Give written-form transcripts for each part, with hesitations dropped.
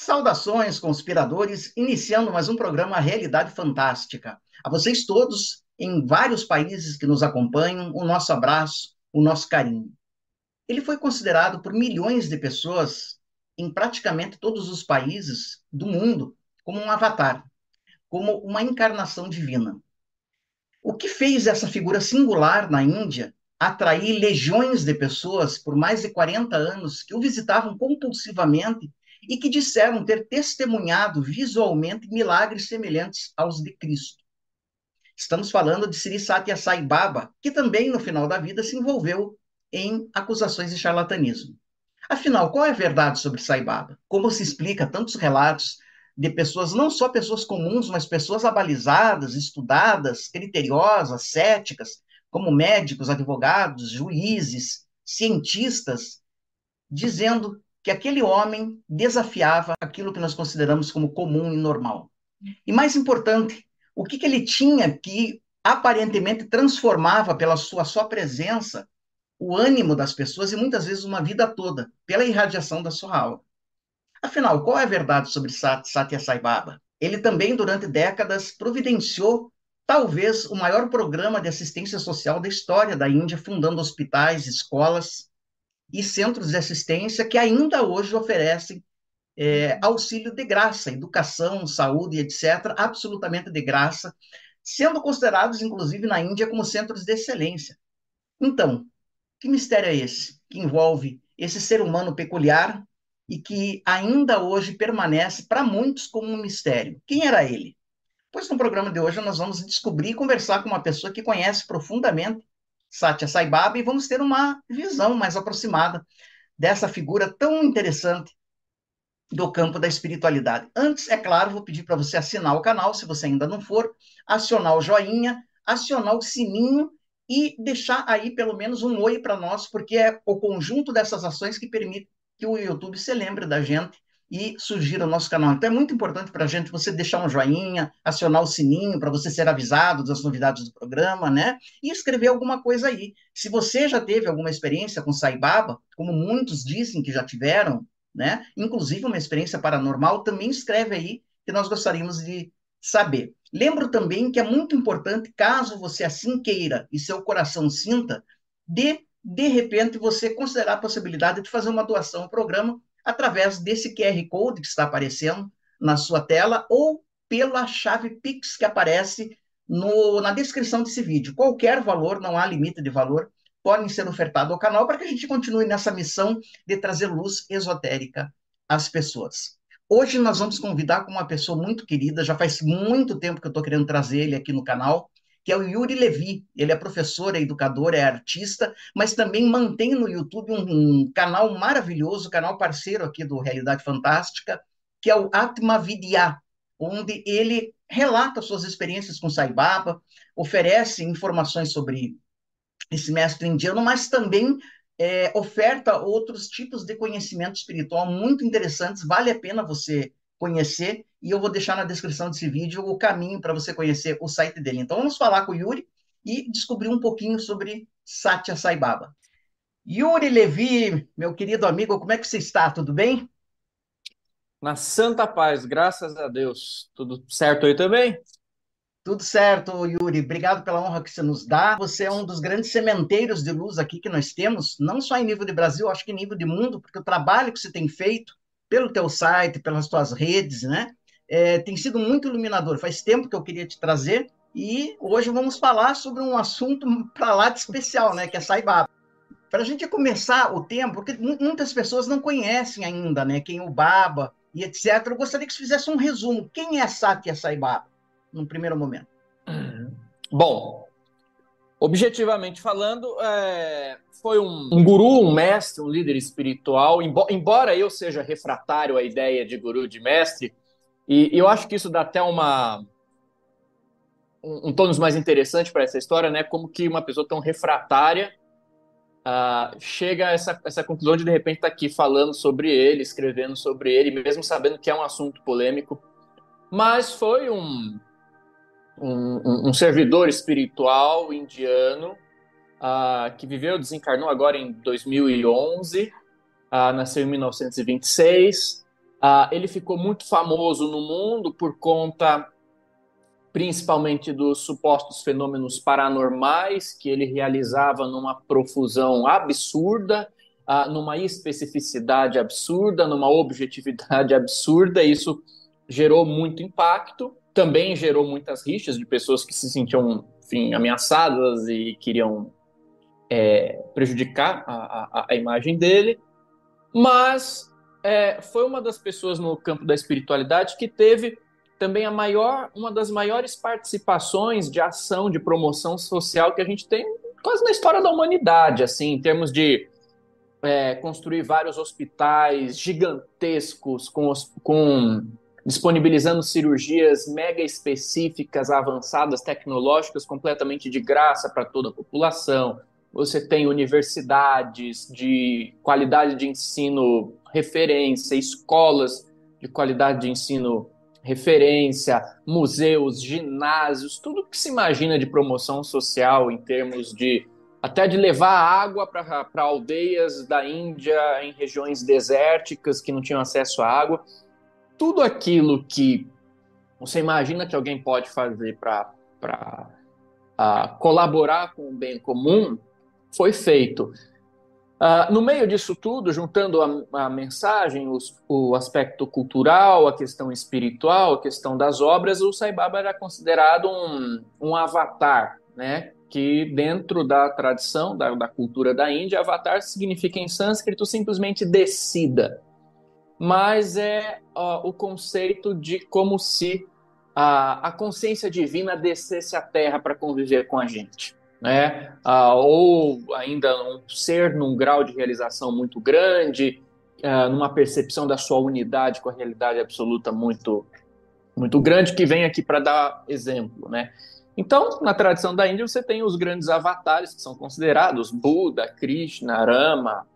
Saudações, conspiradores, iniciando mais um programa Realidade Fantástica. A vocês todos, em vários países que nos acompanham, o nosso abraço, o nosso carinho. Ele foi considerado por milhões de pessoas, em praticamente todos os países do mundo, como um avatar, como uma encarnação divina. O que fez essa figura singular na Índia atrair legiões de pessoas por mais de 40 anos que o visitavam compulsivamente e que disseram ter testemunhado visualmente milagres semelhantes aos de Cristo? Estamos falando de Sri Satya Sai Baba, que também, no final da vida, se envolveu em acusações de charlatanismo. Afinal, qual é a verdade sobre Sai Baba? Como se explica tantos relatos de pessoas, não só pessoas comuns, mas pessoas abalizadas, estudadas, criteriosas, céticas, como médicos, advogados, juízes, cientistas, dizendo que aquele homem desafiava aquilo que nós consideramos como comum e normal. E mais importante, o que ele tinha que aparentemente transformava pela sua só presença o ânimo das pessoas e muitas vezes uma vida toda, pela irradiação da sua aura. Afinal, qual é a verdade sobre Satya Sai Baba? Ele também, durante décadas, providenciou talvez o maior programa de assistência social da história da Índia, fundando hospitais, escolas e centros de assistência que ainda hoje oferecem auxílio de graça, educação, saúde, etc., absolutamente de graça, sendo considerados, inclusive, na Índia como centros de excelência. Então, que mistério é esse que envolve esse ser humano peculiar e que ainda hoje permanece para muitos como um mistério? Quem era ele? Pois no programa de hoje nós vamos descobrir e conversar com uma pessoa que conhece profundamente Satya Sai Baba e vamos ter uma visão mais aproximada dessa figura tão interessante do campo da espiritualidade. Antes, é claro, vou pedir para você assinar o canal, se você ainda não for, acionar o joinha, acionar o sininho e deixar aí pelo menos um oi para nós, porque é o conjunto dessas ações que permite que o YouTube se lembre da gente e sugira o nosso canal. Então é muito importante para a gente você deixar um joinha, acionar o sininho para você ser avisado das novidades do programa, né? E escrever alguma coisa aí. Se você já teve alguma experiência com Sai Baba, como muitos dizem que já tiveram, né? Inclusive uma experiência paranormal, também escreve aí que nós gostaríamos de saber. Lembro também que é muito importante, caso você assim queira e seu coração sinta, de repente você considerar a possibilidade de fazer uma doação ao programa através desse QR Code que está aparecendo na sua tela ou pela chave Pix que aparece na descrição desse vídeo. Qualquer valor, não há limite de valor, podem ser ofertados ao canal para que a gente continue nessa missão de trazer luz esotérica às pessoas. Hoje nós vamos convidar com uma pessoa muito querida, já faz muito tempo que eu estou querendo trazer ele aqui no canal, que é o Yuri Levi. Ele é professor, é educador, é artista, mas também mantém no YouTube um canal maravilhoso, canal parceiro aqui do Realidade Fantástica, que é o Atma Vidya, onde ele relata suas experiências com Sai Baba, oferece informações sobre esse mestre indiano, mas também oferta outros tipos de conhecimento espiritual muito interessantes, vale a pena você conhecer, e eu vou deixar na descrição desse vídeo o caminho para você conhecer o site dele. Então vamos falar com o Yuri e descobrir um pouquinho sobre Satya Sai Baba. Yuri Levi, meu querido amigo, como é que você está? Tudo bem? Na santa paz, graças a Deus. Tudo certo aí também? Tudo certo, Yuri. Obrigado pela honra que você nos dá. Você é um dos grandes sementeiros de luz aqui que nós temos, não só em nível de Brasil, acho que em nível de mundo, porque o trabalho que você tem feito pelo teu site, pelas tuas redes, né, tem sido muito iluminador. Faz tempo que eu queria te trazer e hoje vamos falar sobre um assunto para lá de especial, né, que é Sai Baba. Para a gente começar o tempo, porque muitas pessoas não conhecem ainda, né, quem é o Baba e etc. Eu gostaria que você fizesse um resumo. Quem é Satya Sai Baba, num primeiro momento? Bom, objetivamente falando, foi um guru, um mestre, um líder espiritual. Embora eu seja refratário à ideia de guru, de mestre, e eu acho que isso dá até um tônus mais interessante para essa história, né? Como que uma pessoa tão refratária chega a essa conclusão de repente estar aqui falando sobre ele, escrevendo sobre ele, mesmo sabendo que é um assunto polêmico. Mas foi um servidor espiritual indiano que viveu, desencarnou agora em 2011, nasceu em 1926, Ele ficou muito famoso no mundo por conta, principalmente, dos supostos fenômenos paranormais que ele realizava numa profusão absurda, numa especificidade absurda, numa objetividade absurda. Isso gerou muito impacto, também gerou muitas rixas de pessoas que se sentiam, enfim, ameaçadas e queriam prejudicar a imagem dele, mas foi uma das pessoas no campo da espiritualidade que teve também uma das maiores participações de ação de promoção social que a gente tem quase na história da humanidade, assim, em termos de construir vários hospitais gigantescos disponibilizando cirurgias mega específicas, avançadas, tecnológicas, completamente de graça para toda a população. Você tem universidades de qualidade de ensino referência, escolas de qualidade de ensino referência, museus, ginásios, tudo que se imagina de promoção social em termos de até de levar água para aldeias da Índia em regiões desérticas que não tinham acesso à água. Tudo aquilo que você imagina que alguém pode fazer para colaborar com o bem comum foi feito. No meio disso tudo, juntando a mensagem, o aspecto cultural, a questão espiritual, a questão das obras, o Sai Baba era considerado um avatar, né? Que dentro da tradição, da cultura da Índia, avatar significa em sânscrito simplesmente descida. Mas é o conceito de como se a consciência divina descesse à Terra para conviver com a gente, né? Ou ainda um ser num grau de realização muito grande, numa percepção da sua unidade com a realidade absoluta muito, muito grande, que vem aqui para dar exemplo, né? Então, na tradição da Índia, você tem os grandes avatares que são considerados Buda, Krishna, Rama,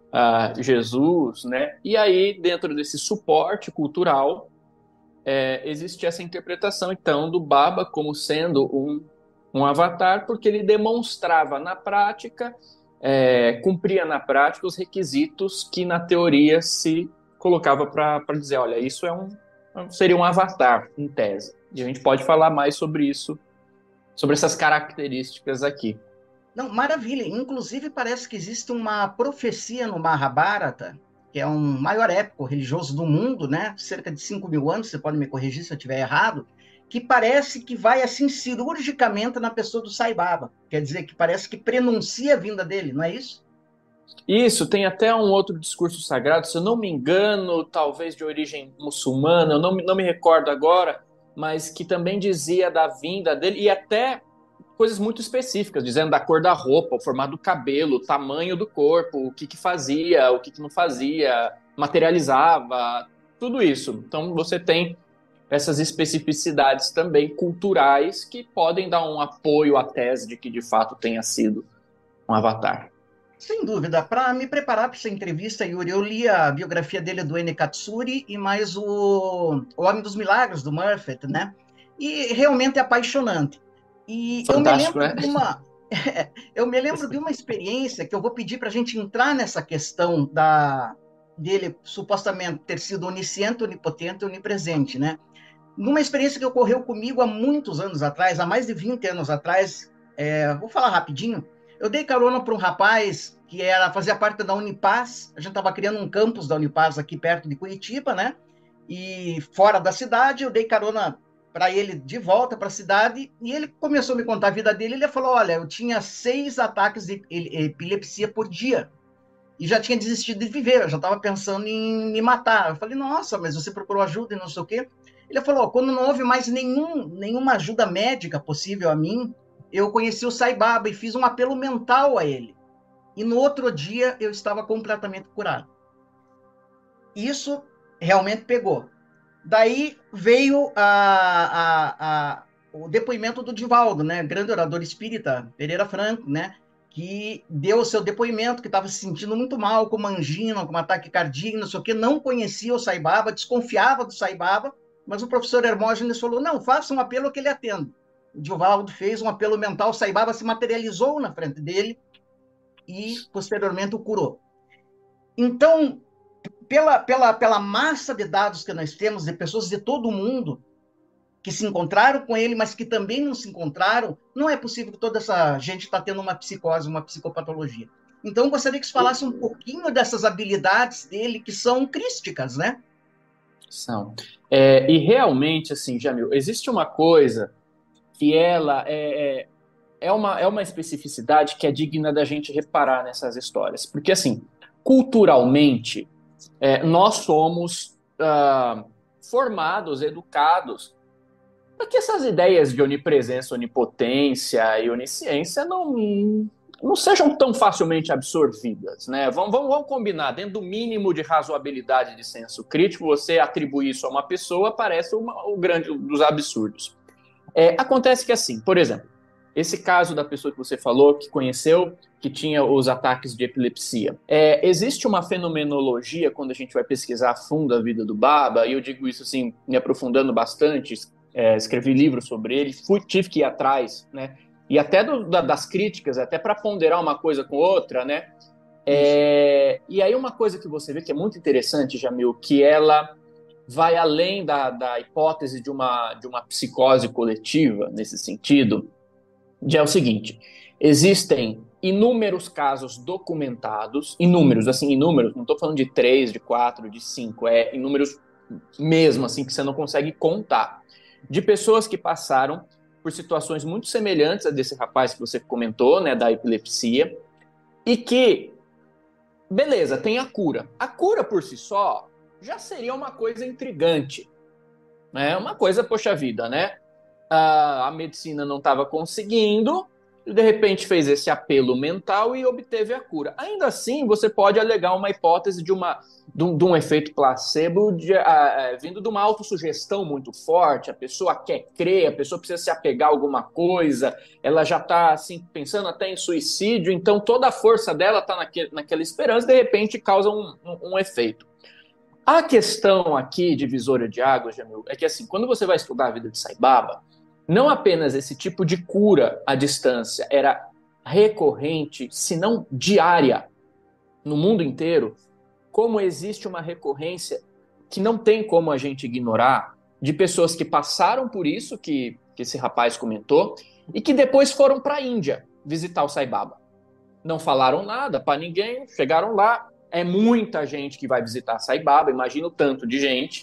Jesus, né? E aí, dentro desse suporte cultural, existe essa interpretação, então, do Baba como sendo um avatar, porque ele demonstrava na prática, cumpria na prática os requisitos que, na teoria, se colocava para dizer, olha, isso seria um avatar, em tese. E a gente pode falar mais sobre isso, sobre essas características aqui. Não, maravilha. Inclusive, parece que existe uma profecia no Mahabharata, que é um maior épico religioso do mundo, né? Cerca de 5.000 anos, você pode me corrigir se eu estiver errado, que parece que vai, assim, cirurgicamente na pessoa do Sai Baba. Quer dizer, que parece que prenuncia a vinda dele, não é isso? Isso, tem até um outro discurso sagrado, se eu não me engano, talvez de origem muçulmana, eu não me recordo agora, mas que também dizia da vinda dele, e até coisas muito específicas, dizendo da cor da roupa, o formato do cabelo, o tamanho do corpo, o que fazia, o que não fazia, materializava, tudo isso. Então você tem essas especificidades também culturais que podem dar um apoio à tese de que de fato tenha sido um avatar. Sem dúvida. Para me preparar para essa entrevista, Yuri, eu li a biografia dele do Ene Katsuri e mais o Homem dos Milagres, do Murphy, né? E realmente é apaixonante. E Fantástico, eu me lembro de uma experiência que eu vou pedir para a gente entrar nessa questão dele supostamente ter sido onisciente, onipotente, onipresente, né? Numa experiência que ocorreu comigo há muitos anos atrás, há mais de 20 anos atrás, vou falar rapidinho. Eu dei carona para um rapaz que fazia parte da Unipaz. A gente estava criando um campus da Unipaz aqui perto de Curitiba, né? E fora da cidade, eu dei carona para ele de volta para a cidade, e ele começou a me contar a vida dele. Ele falou, olha, eu tinha 6 ataques de epilepsia por dia, e já tinha desistido de viver, eu já estava pensando em me matar. Eu falei, nossa, mas você procurou ajuda e não sei o quê? Ele falou, quando não houve mais nenhuma ajuda médica possível a mim, eu conheci o Sai Baba e fiz um apelo mental a ele. E no outro dia eu estava completamente curado. Isso realmente pegou. Daí veio o depoimento do Divaldo, né, grande orador espírita, Pereira Franco, né, que deu o seu depoimento, que estava se sentindo muito mal, com uma angina, com um ataque cardíaco, não sei o quê, não conhecia o Sai Baba, desconfiava do Sai Baba, mas o professor Hermógenes falou, não, faça um apelo que ele atenda. O Divaldo fez um apelo mental, o Sai Baba se materializou na frente dele e, posteriormente, o curou. Então, pela massa de dados que nós temos, de pessoas de todo o mundo que se encontraram com ele, mas que também não se encontraram, não é possível que toda essa gente está tendo uma psicose, uma psicopatologia. Então, eu gostaria que você falasse um pouquinho dessas habilidades dele, que são crísticas, né? São. E realmente, assim, Jamil, existe uma coisa que ela é uma especificidade que é digna da gente reparar nessas histórias. Porque, assim, culturalmente, nós somos formados, educados, para que essas ideias de onipresença, onipotência e onisciência não sejam tão facilmente absorvidas, né? Vamos combinar, dentro do mínimo de razoabilidade de senso crítico, você atribuir isso a uma pessoa parece o grande dos absurdos. Acontece que assim, por exemplo, esse caso da pessoa que você falou, que conheceu, que tinha os ataques de epilepsia. Existe uma fenomenologia, quando a gente vai pesquisar a fundo a vida do Baba, e eu digo isso assim, me aprofundando bastante, escrevi livros sobre ele, tive que ir atrás, né? E até das críticas, até para ponderar uma coisa com outra, né? E aí uma coisa que você vê que é muito interessante, Jamil, que ela vai além da hipótese de uma psicose coletiva, nesse sentido, é o seguinte: existem inúmeros casos documentados, inúmeros, não estou falando de 3, de 4, de 5, inúmeros mesmo, assim, que você não consegue contar, de pessoas que passaram por situações muito semelhantes a desse rapaz que você comentou, né, da epilepsia, e que, beleza, tem a cura. A cura por si só já seria uma coisa intrigante, né? Uma coisa, poxa vida, né? A medicina não estava conseguindo, e de repente fez esse apelo mental e obteve a cura. Ainda assim, você pode alegar uma hipótese de um efeito placebo vindo de uma autossugestão muito forte, a pessoa quer crer, a pessoa precisa se apegar a alguma coisa, ela já está assim, pensando até em suicídio, então toda a força dela está naquela esperança, de repente causa um efeito. A questão aqui, divisória de águas, Jamil, é que assim, quando você vai estudar a vida de Sai Baba, não apenas esse tipo de cura à distância era recorrente, se não diária, no mundo inteiro, como existe uma recorrência que não tem como a gente ignorar de pessoas que passaram por isso, que esse rapaz comentou, e que depois foram para a Índia visitar o Sai Baba. Não falaram nada para ninguém, chegaram lá, é muita gente que vai visitar Sai Baba, imagina o tanto de gente,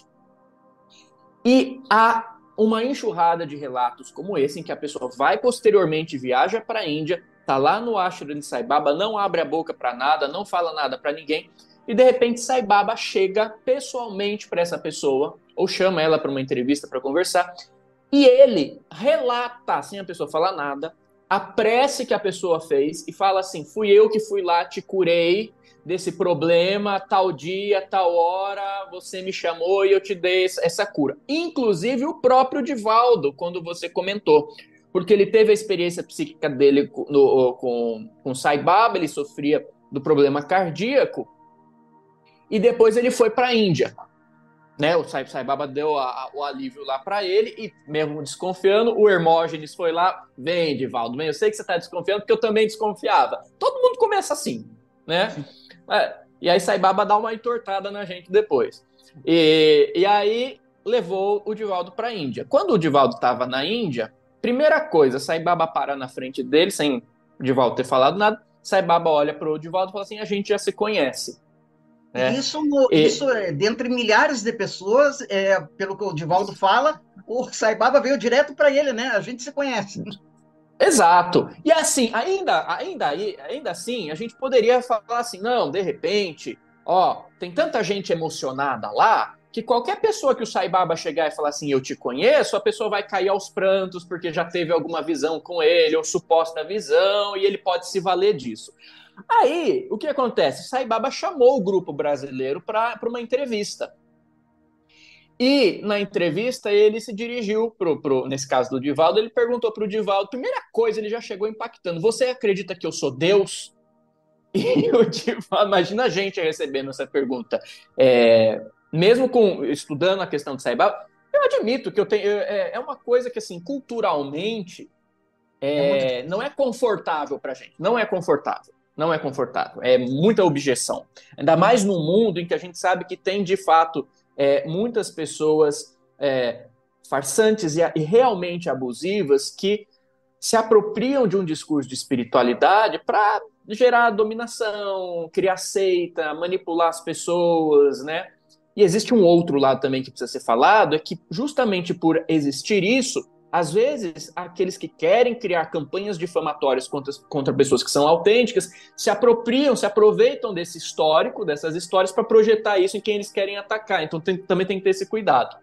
e há uma enxurrada de relatos como esse, em que a pessoa vai posteriormente, viaja para a Índia, está lá no ashram de Sai Baba, não abre a boca para nada, não fala nada para ninguém, e de repente Sai Baba chega pessoalmente para essa pessoa, ou chama ela para uma entrevista para conversar, e ele relata, sem a pessoa falar nada, a prece que a pessoa fez e fala assim: fui eu que fui lá, te curei desse problema, tal dia, tal hora, você me chamou e eu te dei essa cura. Inclusive o próprio Divaldo, quando você comentou, porque ele teve a experiência psíquica dele com Sai Baba, ele sofria do problema cardíaco, e depois ele foi para a Índia. Né, o Sai Baba deu o alívio lá para ele, e mesmo desconfiando, o Hermógenes foi lá: vem, Divaldo, vem, eu sei que você está desconfiando, porque eu também desconfiava. Todo mundo começa assim, né? E aí Sai Baba dá uma entortada na gente depois. E aí levou o Divaldo para a Índia. Quando o Divaldo estava na Índia, primeira coisa, Sai Baba para na frente dele, sem o Divaldo ter falado nada, Sai Baba olha para o Divaldo e fala assim: a gente já se conhece. Isso dentre milhares de pessoas, pelo que o Divaldo fala, o Sai Baba veio direto para ele, né? A gente se conhece. Exato. E assim, ainda assim, a gente poderia falar assim: não, de repente, tem tanta gente emocionada lá que qualquer pessoa que o Sai Baba chegar e falar assim, eu te conheço, a pessoa vai cair aos prantos porque já teve alguma visão com ele, ou suposta visão, e ele pode se valer disso. Aí, o que acontece? Sai Baba chamou o grupo brasileiro para uma entrevista. E na entrevista ele se dirigiu nesse caso do Divaldo, ele perguntou para o Divaldo, primeira coisa, ele já chegou impactando: você acredita que eu sou Deus? E o Divaldo, imagina a gente recebendo essa pergunta. Mesmo estudando a questão de Sai Baba, eu admito que eu tenho. É uma coisa que, assim, culturalmente, não é confortável para a gente. Não é confortável. Não é confortável, é muita objeção. Ainda mais num mundo em que a gente sabe que tem, de fato, muitas pessoas farsantes e realmente abusivas que se apropriam de um discurso de espiritualidade para gerar dominação, criar seita, manipular as pessoas, né? E existe um outro lado também que precisa ser falado, é que justamente por existir isso, às vezes aqueles que querem criar campanhas difamatórias contra pessoas que são autênticas se apropriam, se aproveitam desse histórico, dessas histórias, para projetar isso em quem eles querem atacar. Então também tem que ter esse cuidado.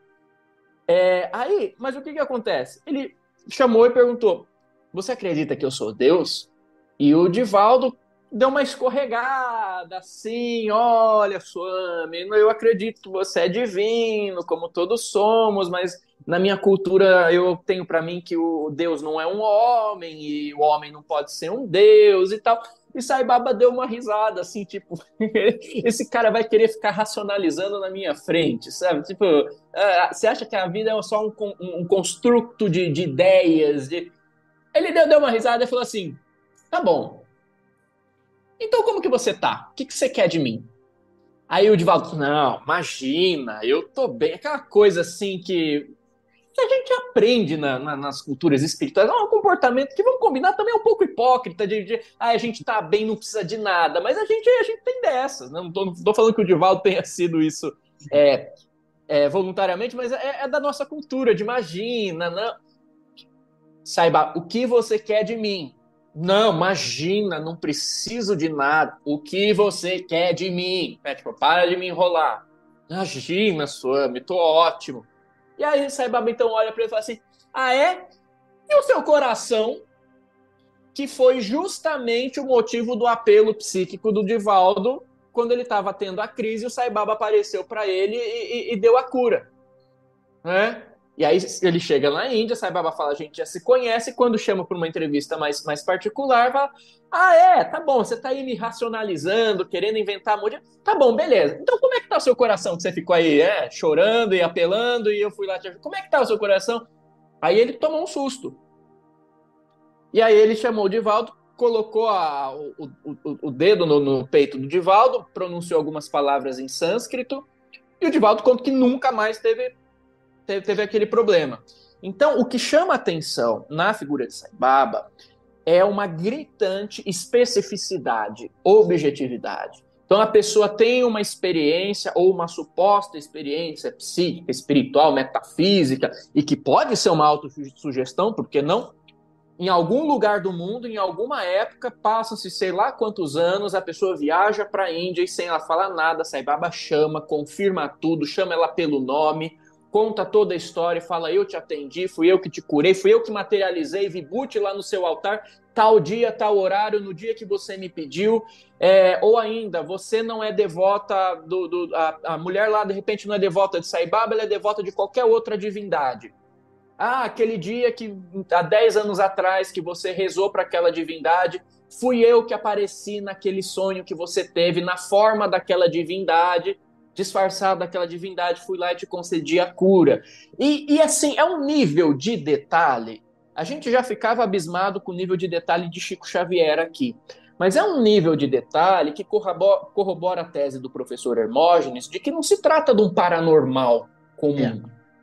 Mas o que acontece? Ele chamou e perguntou: você acredita que eu sou Deus? E o Divaldo deu uma escorregada, assim: olha, Swami, eu acredito que você é divino, como todos somos, mas na minha cultura eu tenho para mim que o Deus não é um homem, e o homem não pode ser um Deus e tal. E Sai Baba deu uma risada, assim, tipo, esse cara vai querer ficar racionalizando na minha frente, sabe? Tipo, você acha que a vida é só um construto de ideias? Ele deu uma risada e falou assim: tá bom, então como que você tá? O que você quer de mim? Aí o Divaldo: não, imagina, eu tô bem. Aquela coisa assim que a gente aprende nas culturas espirituais. É um comportamento que, vamos combinar, também é um pouco hipócrita, a gente tá bem, não precisa de nada, mas a gente tem dessas, né? Não tô falando que o Divaldo tenha sido isso voluntariamente, mas é da nossa cultura, de imagina, não. Saiba, o que você quer de mim? Não, imagina, não preciso de nada. O que você quer de mim? Tipo, para de me enrolar. Imagina, Swami, tô ótimo. E aí Sai Baba então olha para ele e fala assim: ah, é? E o seu coração? Que foi justamente o motivo do apelo psíquico do Divaldo quando ele estava tendo a crise, o Sai Baba apareceu para ele e deu a cura, né? E aí ele chega na Índia, Sai Baba fala: a gente já se conhece, e quando chama para uma entrevista mais particular, fala: ah, tá bom, você tá aí me racionalizando, querendo inventar muito. Tá bom, beleza. Então como é que tá o seu coração, que você ficou aí chorando e apelando, e eu fui lá te ajudar? Como é que tá o seu coração? Aí ele tomou um susto. E aí ele chamou o Divaldo, colocou o dedo no peito do Divaldo, pronunciou algumas palavras em sânscrito, e o Divaldo conta que nunca mais teve aquele problema. Então, o que chama atenção na figura de Sai Baba é uma gritante especificidade, objetividade. Então, a pessoa tem uma experiência ou uma suposta experiência psíquica, espiritual, metafísica, e que pode ser uma autossugestão, por que não? Em algum lugar do mundo, em alguma época, passam-se sei lá quantos anos, a pessoa viaja para a Índia e sem ela falar nada, Sai Baba chama, confirma tudo, chama ela pelo nome, conta toda a história, fala: eu te atendi, fui eu que te curei, fui eu que materializei Vibhuti lá no seu altar, tal dia, tal horário, no dia que você me pediu. Ou ainda, você não é devota, a mulher lá de repente não é devota de Sai Baba, ela é devota de qualquer outra divindade. Ah, aquele dia que há 10 anos atrás que você rezou para aquela divindade, fui eu que apareci naquele sonho que você teve, na forma daquela divindade, disfarçado daquela divindade, fui lá e te concedi a cura. E assim, é um nível de detalhe. A gente já ficava abismado com o nível de detalhe de Chico Xavier aqui. Mas é um nível de detalhe que corrobora a tese do professor Hermógenes de que não se trata de um paranormal comum.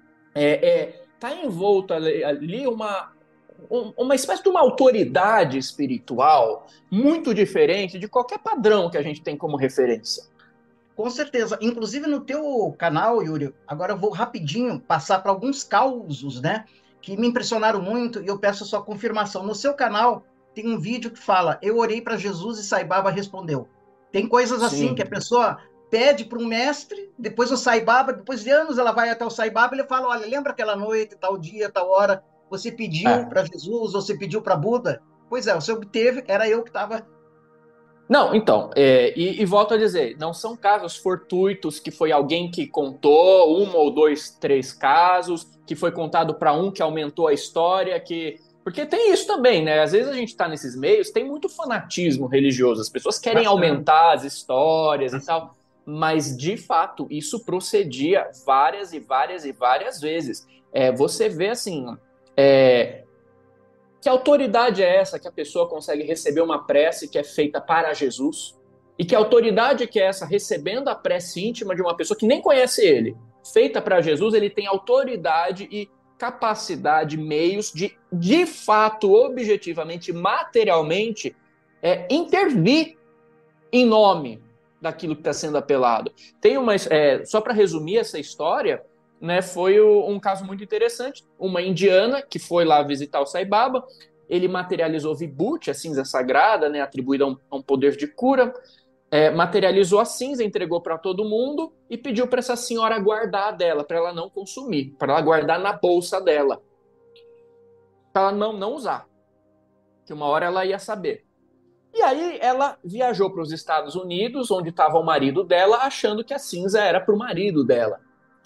Está envolto ali uma espécie de uma autoridade espiritual muito diferente de qualquer padrão que a gente tem como referência. Com certeza. Inclusive no teu canal, Yuri, agora eu vou rapidinho passar para alguns causos, né, que me impressionaram muito e eu peço a sua confirmação. No seu canal tem um vídeo que fala: eu orei para Jesus e Sai Baba respondeu. Tem coisas assim Sim. que a pessoa pede para um mestre, depois o Sai Baba, depois de anos ela vai até o Sai Baba e ele fala: olha, lembra aquela noite, tal dia, tal hora, você pediu para Jesus, você pediu para Buda? Pois é, você obteve, era eu que estava... Não, então, e volto a dizer, não são casos fortuitos que foi alguém que contou, um ou dois, três casos, que foi contado para um que aumentou a história, porque tem isso também, né? Às vezes a gente está nesses meios, tem muito fanatismo religioso, as pessoas querem aumentar as histórias e tal, mas de fato isso procedia várias e várias e várias vezes. Você vê assim, Que autoridade é essa que a pessoa consegue receber uma prece que é feita para Jesus? E que autoridade que é essa recebendo a prece íntima de uma pessoa que nem conhece ele? Feita para Jesus, ele tem autoridade e capacidade, meios de fato, objetivamente, materialmente, intervir em nome daquilo que está sendo apelado. Tem só para resumir essa história, né, foi um caso muito interessante. Uma indiana que foi lá visitar o Sai Baba, ele materializou Vibhuti, a cinza sagrada, né, atribuída a um poder de cura, materializou a cinza, entregou para todo mundo e pediu para essa senhora guardar dela, para ela não consumir, para ela guardar na bolsa dela, para ela não usar, que uma hora ela ia saber. E aí ela viajou para os Estados Unidos, onde estava o marido dela, achando que a cinza era para o marido dela.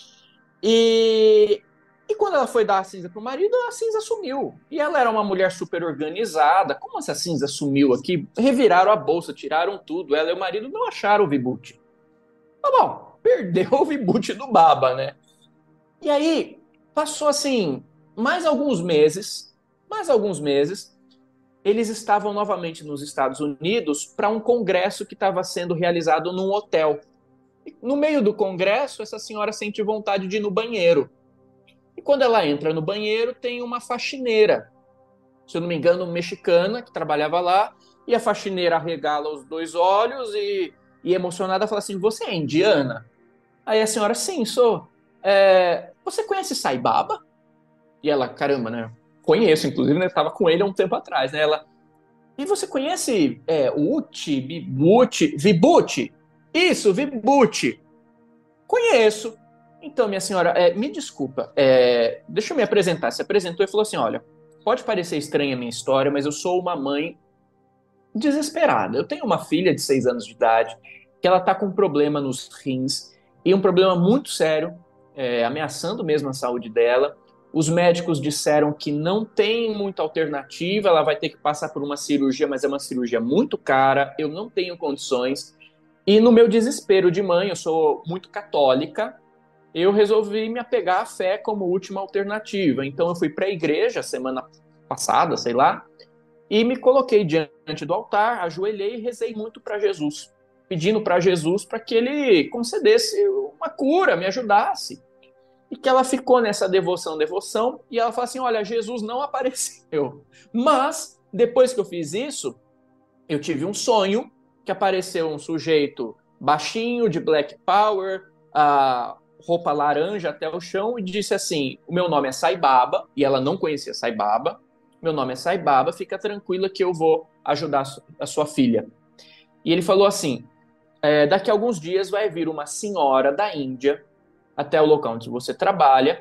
E quando ela foi dar a cinza pro marido, a cinza sumiu. E ela era uma mulher super organizada. Como essa cinza sumiu aqui? Reviraram a bolsa, tiraram tudo. Ela e o marido não acharam o Vibhuti. Tá bom, perdeu o Vibhuti do Baba, né? E aí, passou assim, mais alguns meses, eles estavam novamente nos Estados Unidos para um congresso que estava sendo realizado num hotel. No meio do congresso, essa senhora sente vontade de ir no banheiro. E quando ela entra no banheiro, tem uma faxineira, se eu não me engano, mexicana, que trabalhava lá, e a faxineira arregala os dois olhos e emocionada fala assim, você é indiana? Aí a senhora, sim, sou. Você conhece Sai Baba? E ela, caramba, né? Conheço, inclusive, né? Estava com ele há um tempo atrás, né? Ela, e você conhece Uti, Vibhuti? Isso, Vibhuti. Conheço. Então, minha senhora, me desculpa, deixa eu me apresentar. Se apresentou e falou assim, olha, pode parecer estranha a minha história, mas eu sou uma mãe desesperada. Eu tenho uma filha de 6 anos de idade, que ela está com um problema nos rins, e um problema muito sério, ameaçando mesmo a saúde dela. Os médicos disseram que não tem muita alternativa, ela vai ter que passar por uma cirurgia, mas é uma cirurgia muito cara, eu não tenho condições. E no meu desespero de mãe, eu sou muito católica, eu resolvi me apegar à fé como última alternativa. Então eu fui para a igreja semana passada, sei lá, e me coloquei diante do altar, ajoelhei e rezei muito para Jesus, pedindo para Jesus para que ele concedesse uma cura, me ajudasse. E que ela ficou nessa devoção, e ela falou assim, olha, Jesus não apareceu. Mas, depois que eu fiz isso, eu tive um sonho que apareceu um sujeito baixinho, de black power, roupa laranja até o chão, e disse assim, o meu nome é Sai Baba, e ela não conhecia Sai Baba, meu nome é Sai Baba, fica tranquila que eu vou ajudar a sua filha. E ele falou assim, daqui a alguns dias vai vir uma senhora da Índia até o local onde você trabalha,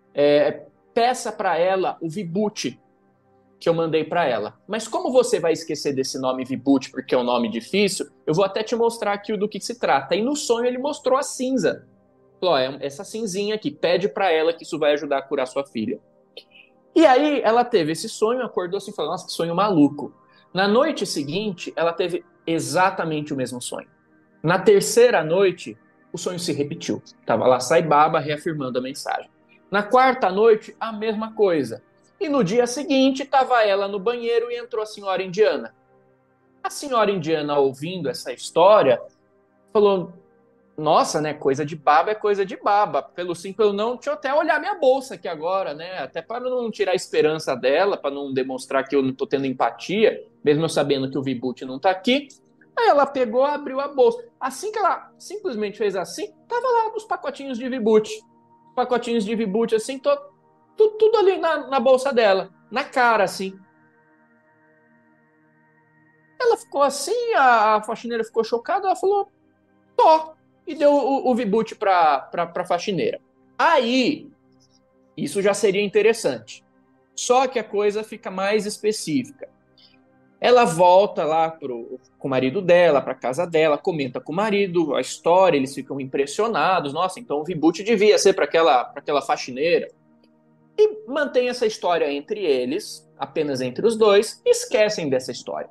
peça para ela o Vibhuti que eu mandei para ela. Mas como você vai esquecer desse nome Vibhuti, porque é um nome difícil, eu vou até te mostrar aqui do que se trata. E no sonho ele mostrou a cinza. Falou, essa cinzinha aqui, pede para ela que isso vai ajudar a curar sua filha. E aí ela teve esse sonho, acordou assim e falou, nossa, que sonho maluco. Na noite seguinte, ela teve exatamente o mesmo sonho. Na terceira noite, o sonho se repetiu. Estava lá Sai Baba reafirmando a mensagem. Na quarta noite, a mesma coisa. E no dia seguinte, estava ela no banheiro e entrou a senhora indiana. A senhora indiana, ouvindo essa história, falou, nossa, né, coisa de baba é coisa de baba. Pelo sim, pelo não, deixa eu até olhar minha bolsa aqui agora, né? Até para não tirar a esperança dela, para não demonstrar que eu não estou tendo empatia, mesmo eu sabendo que o Vibhuti não está aqui. Aí ela pegou, abriu a bolsa. Assim que ela simplesmente fez assim, tava lá os pacotinhos de Vibhuti. Pacotinhos de Vibhuti, assim, tudo ali na bolsa dela, na cara, assim. Ela ficou assim, a faxineira ficou chocada, ela falou, tô. E deu o Vibhuti pra faxineira. Aí, isso já seria interessante. Só que a coisa fica mais específica. Ela volta lá com o marido dela, para casa dela, comenta com o marido a história, eles ficam impressionados. Nossa, então o Vibhuti devia ser para aquela faxineira. E mantém essa história entre eles, apenas entre os dois, e esquecem dessa história.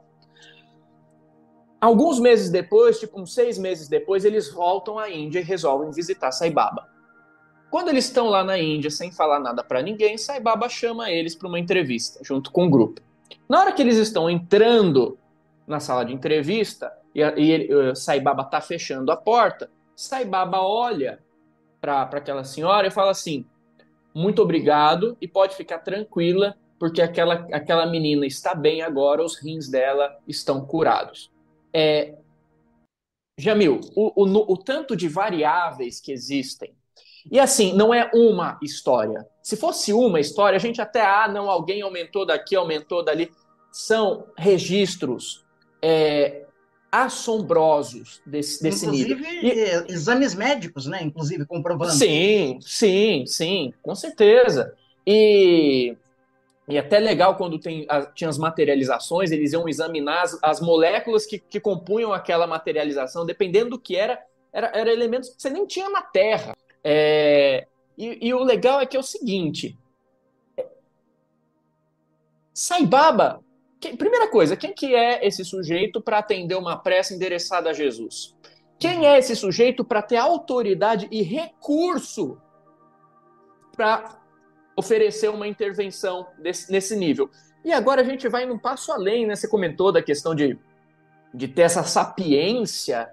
Alguns meses depois, tipo uns 6 meses depois, eles voltam à Índia e resolvem visitar Sai Baba. Quando eles estão lá na Índia, sem falar nada para ninguém, Sai Baba chama eles para uma entrevista, junto com o grupo. Na hora que eles estão entrando na sala de entrevista e Sai Baba está fechando a porta, Sai Baba olha para aquela senhora e fala assim: muito obrigado e pode ficar tranquila, porque aquela menina está bem agora, os rins dela estão curados. Jamil, o tanto de variáveis que existem. E assim, não é uma história. Se fosse uma história, a gente até, não, alguém aumentou daqui, aumentou dali. São registros assombrosos desse nível. Inclusive, exames médicos, né? Inclusive, comprovando. Sim, sim, sim, com certeza. E até legal quando tinha as materializações, eles iam examinar as moléculas que compunham aquela materialização, dependendo do que era elementos que você nem tinha na Terra. E o legal é que é o seguinte: Sai Baba, primeira coisa, quem que é esse sujeito para atender uma prece endereçada a Jesus? Quem é esse sujeito para ter autoridade e recurso para oferecer uma intervenção nesse nível? E agora a gente vai num passo além, né? Você comentou da questão de ter essa sapiência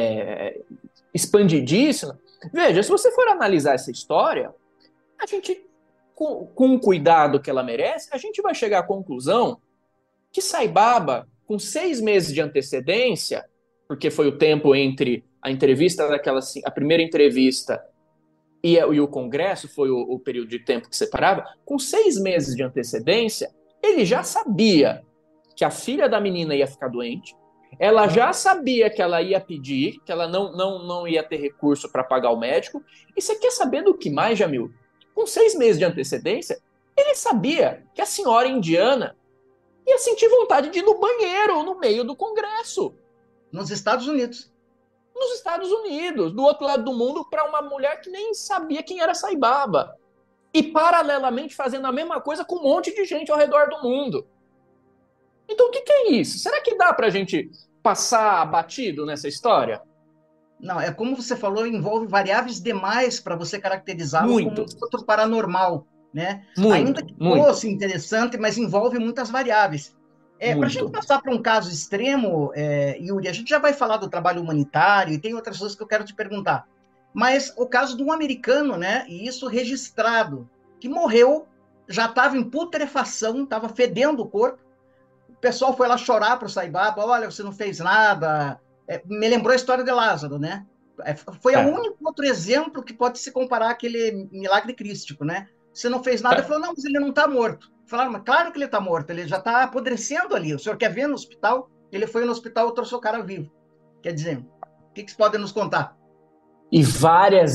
expandidíssima. Veja, se você for analisar essa história, a gente, com o cuidado que ela merece, a gente vai chegar à conclusão que Sai Baba, com 6 meses de antecedência, porque foi o tempo entre a entrevista a primeira entrevista e o congresso, foi o período de tempo que separava, com 6 meses de antecedência, ele já sabia que a filha da menina ia ficar doente, ela já sabia que ela ia pedir, que ela não ia ter recurso para pagar o médico. E você quer saber do que mais, Jamil? Com 6 meses de antecedência, ele sabia que a senhora indiana ia sentir vontade de ir no banheiro no meio do congresso. Nos Estados Unidos. Nos Estados Unidos, do outro lado do mundo, para uma mulher que nem sabia quem era Sai Baba. E paralelamente fazendo a mesma coisa com um monte de gente ao redor do mundo. Então o que é isso? Será que dá para a gente passar batido nessa história? Não, é como você falou, envolve variáveis demais para você caracterizá-lo como outro paranormal, né? Ainda que fosse interessante, mas envolve muitas variáveis. Para a gente passar para um caso extremo, Yuri, a gente já vai falar do trabalho humanitário e tem outras coisas que eu quero te perguntar. Mas o caso de um americano, né? E isso registrado, que morreu, já estava em putrefação, estava fedendo o corpo. O pessoal foi lá chorar para o Sai Baba: olha, você não fez nada. Me lembrou a história de Lázaro, né? Foi o único outro exemplo que pode se comparar àquele milagre crístico, né? Você não fez nada. Ele falou: não, mas ele não está morto. Falaram: mas claro que ele está morto, ele já está apodrecendo ali. O senhor quer ver no hospital? Ele foi no hospital e trouxe o cara vivo. Quer dizer, o que vocês podem nos contar? E várias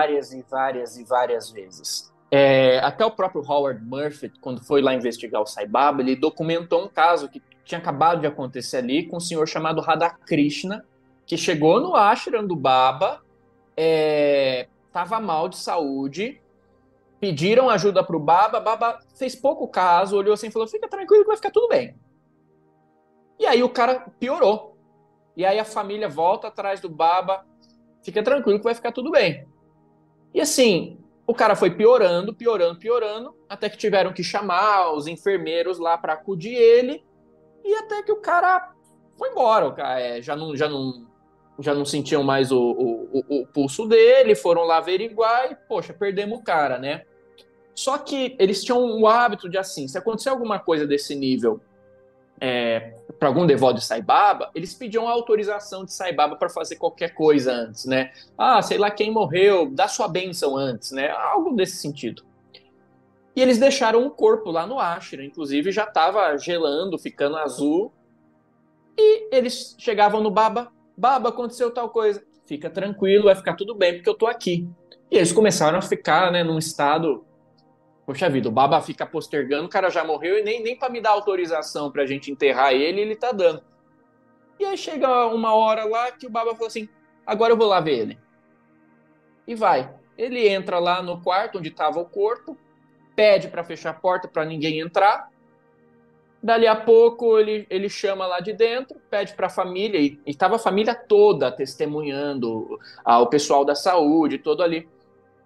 vezes. Até o próprio Howard Murphy, quando foi lá investigar o Sai Baba, ele documentou um caso que tinha acabado de acontecer ali com um senhor chamado Radhakrishna, que chegou no ashram do Baba, estava mal de saúde, pediram ajuda para o Baba, Baba fez pouco caso, olhou assim e falou: fica tranquilo que vai ficar tudo bem. E aí o cara piorou. E aí a família volta atrás do Baba: fica tranquilo que vai ficar tudo bem. E assim, o cara foi piorando, até que tiveram que chamar os enfermeiros lá para acudir ele, e até que o cara foi embora. O cara, já não sentiam mais o pulso dele, foram lá averiguar e, poxa, perdemos o cara, né? Só que eles tinham o hábito de, assim, se acontecer alguma coisa desse nível para algum devoto de Sai Baba, eles pediam a autorização de Sai Baba para fazer qualquer coisa antes, né? Sei lá quem morreu, dá sua bênção antes, né? Algo desse sentido. E eles deixaram o corpo lá no ashram, inclusive já estava gelando, ficando azul. E eles chegavam no Baba: Baba, aconteceu tal coisa. Fica tranquilo, vai ficar tudo bem, porque eu tô aqui. E eles começaram a ficar, né, num estado... Poxa vida, o Baba fica postergando, o cara já morreu e nem para me dar autorização pra gente enterrar ele tá dando. E aí chega uma hora lá que o Baba falou assim: agora eu vou lá ver ele. E vai. Ele entra lá no quarto onde estava o corpo, pede para fechar a porta para ninguém entrar. Dali a pouco ele chama lá de dentro, pede para a família, e estava a família toda testemunhando, o pessoal da saúde, todo ali.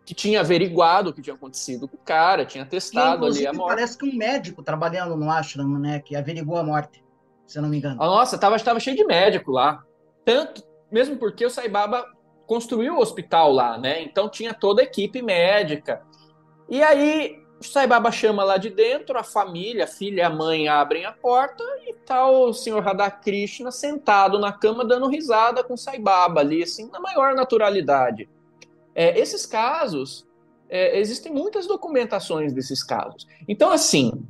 que tinha averiguado o que tinha acontecido com o cara, tinha E, testado ali a inclusive, morte. parece que um médico trabalhando no ashram, né, que averiguou a morte, se eu não me engano. Ah, nossa, tava cheio de médico lá. Tanto, mesmo porque o Sai Baba construiu o hospital lá, né? Então tinha toda a equipe médica. E aí o Sai Baba chama lá de dentro, a família, a filha e a mãe abrem a porta e tá o senhor Radhakrishna sentado na cama dando risada com o Sai Baba ali, assim, na maior naturalidade. Esses casos, existem muitas documentações desses casos. Então, assim,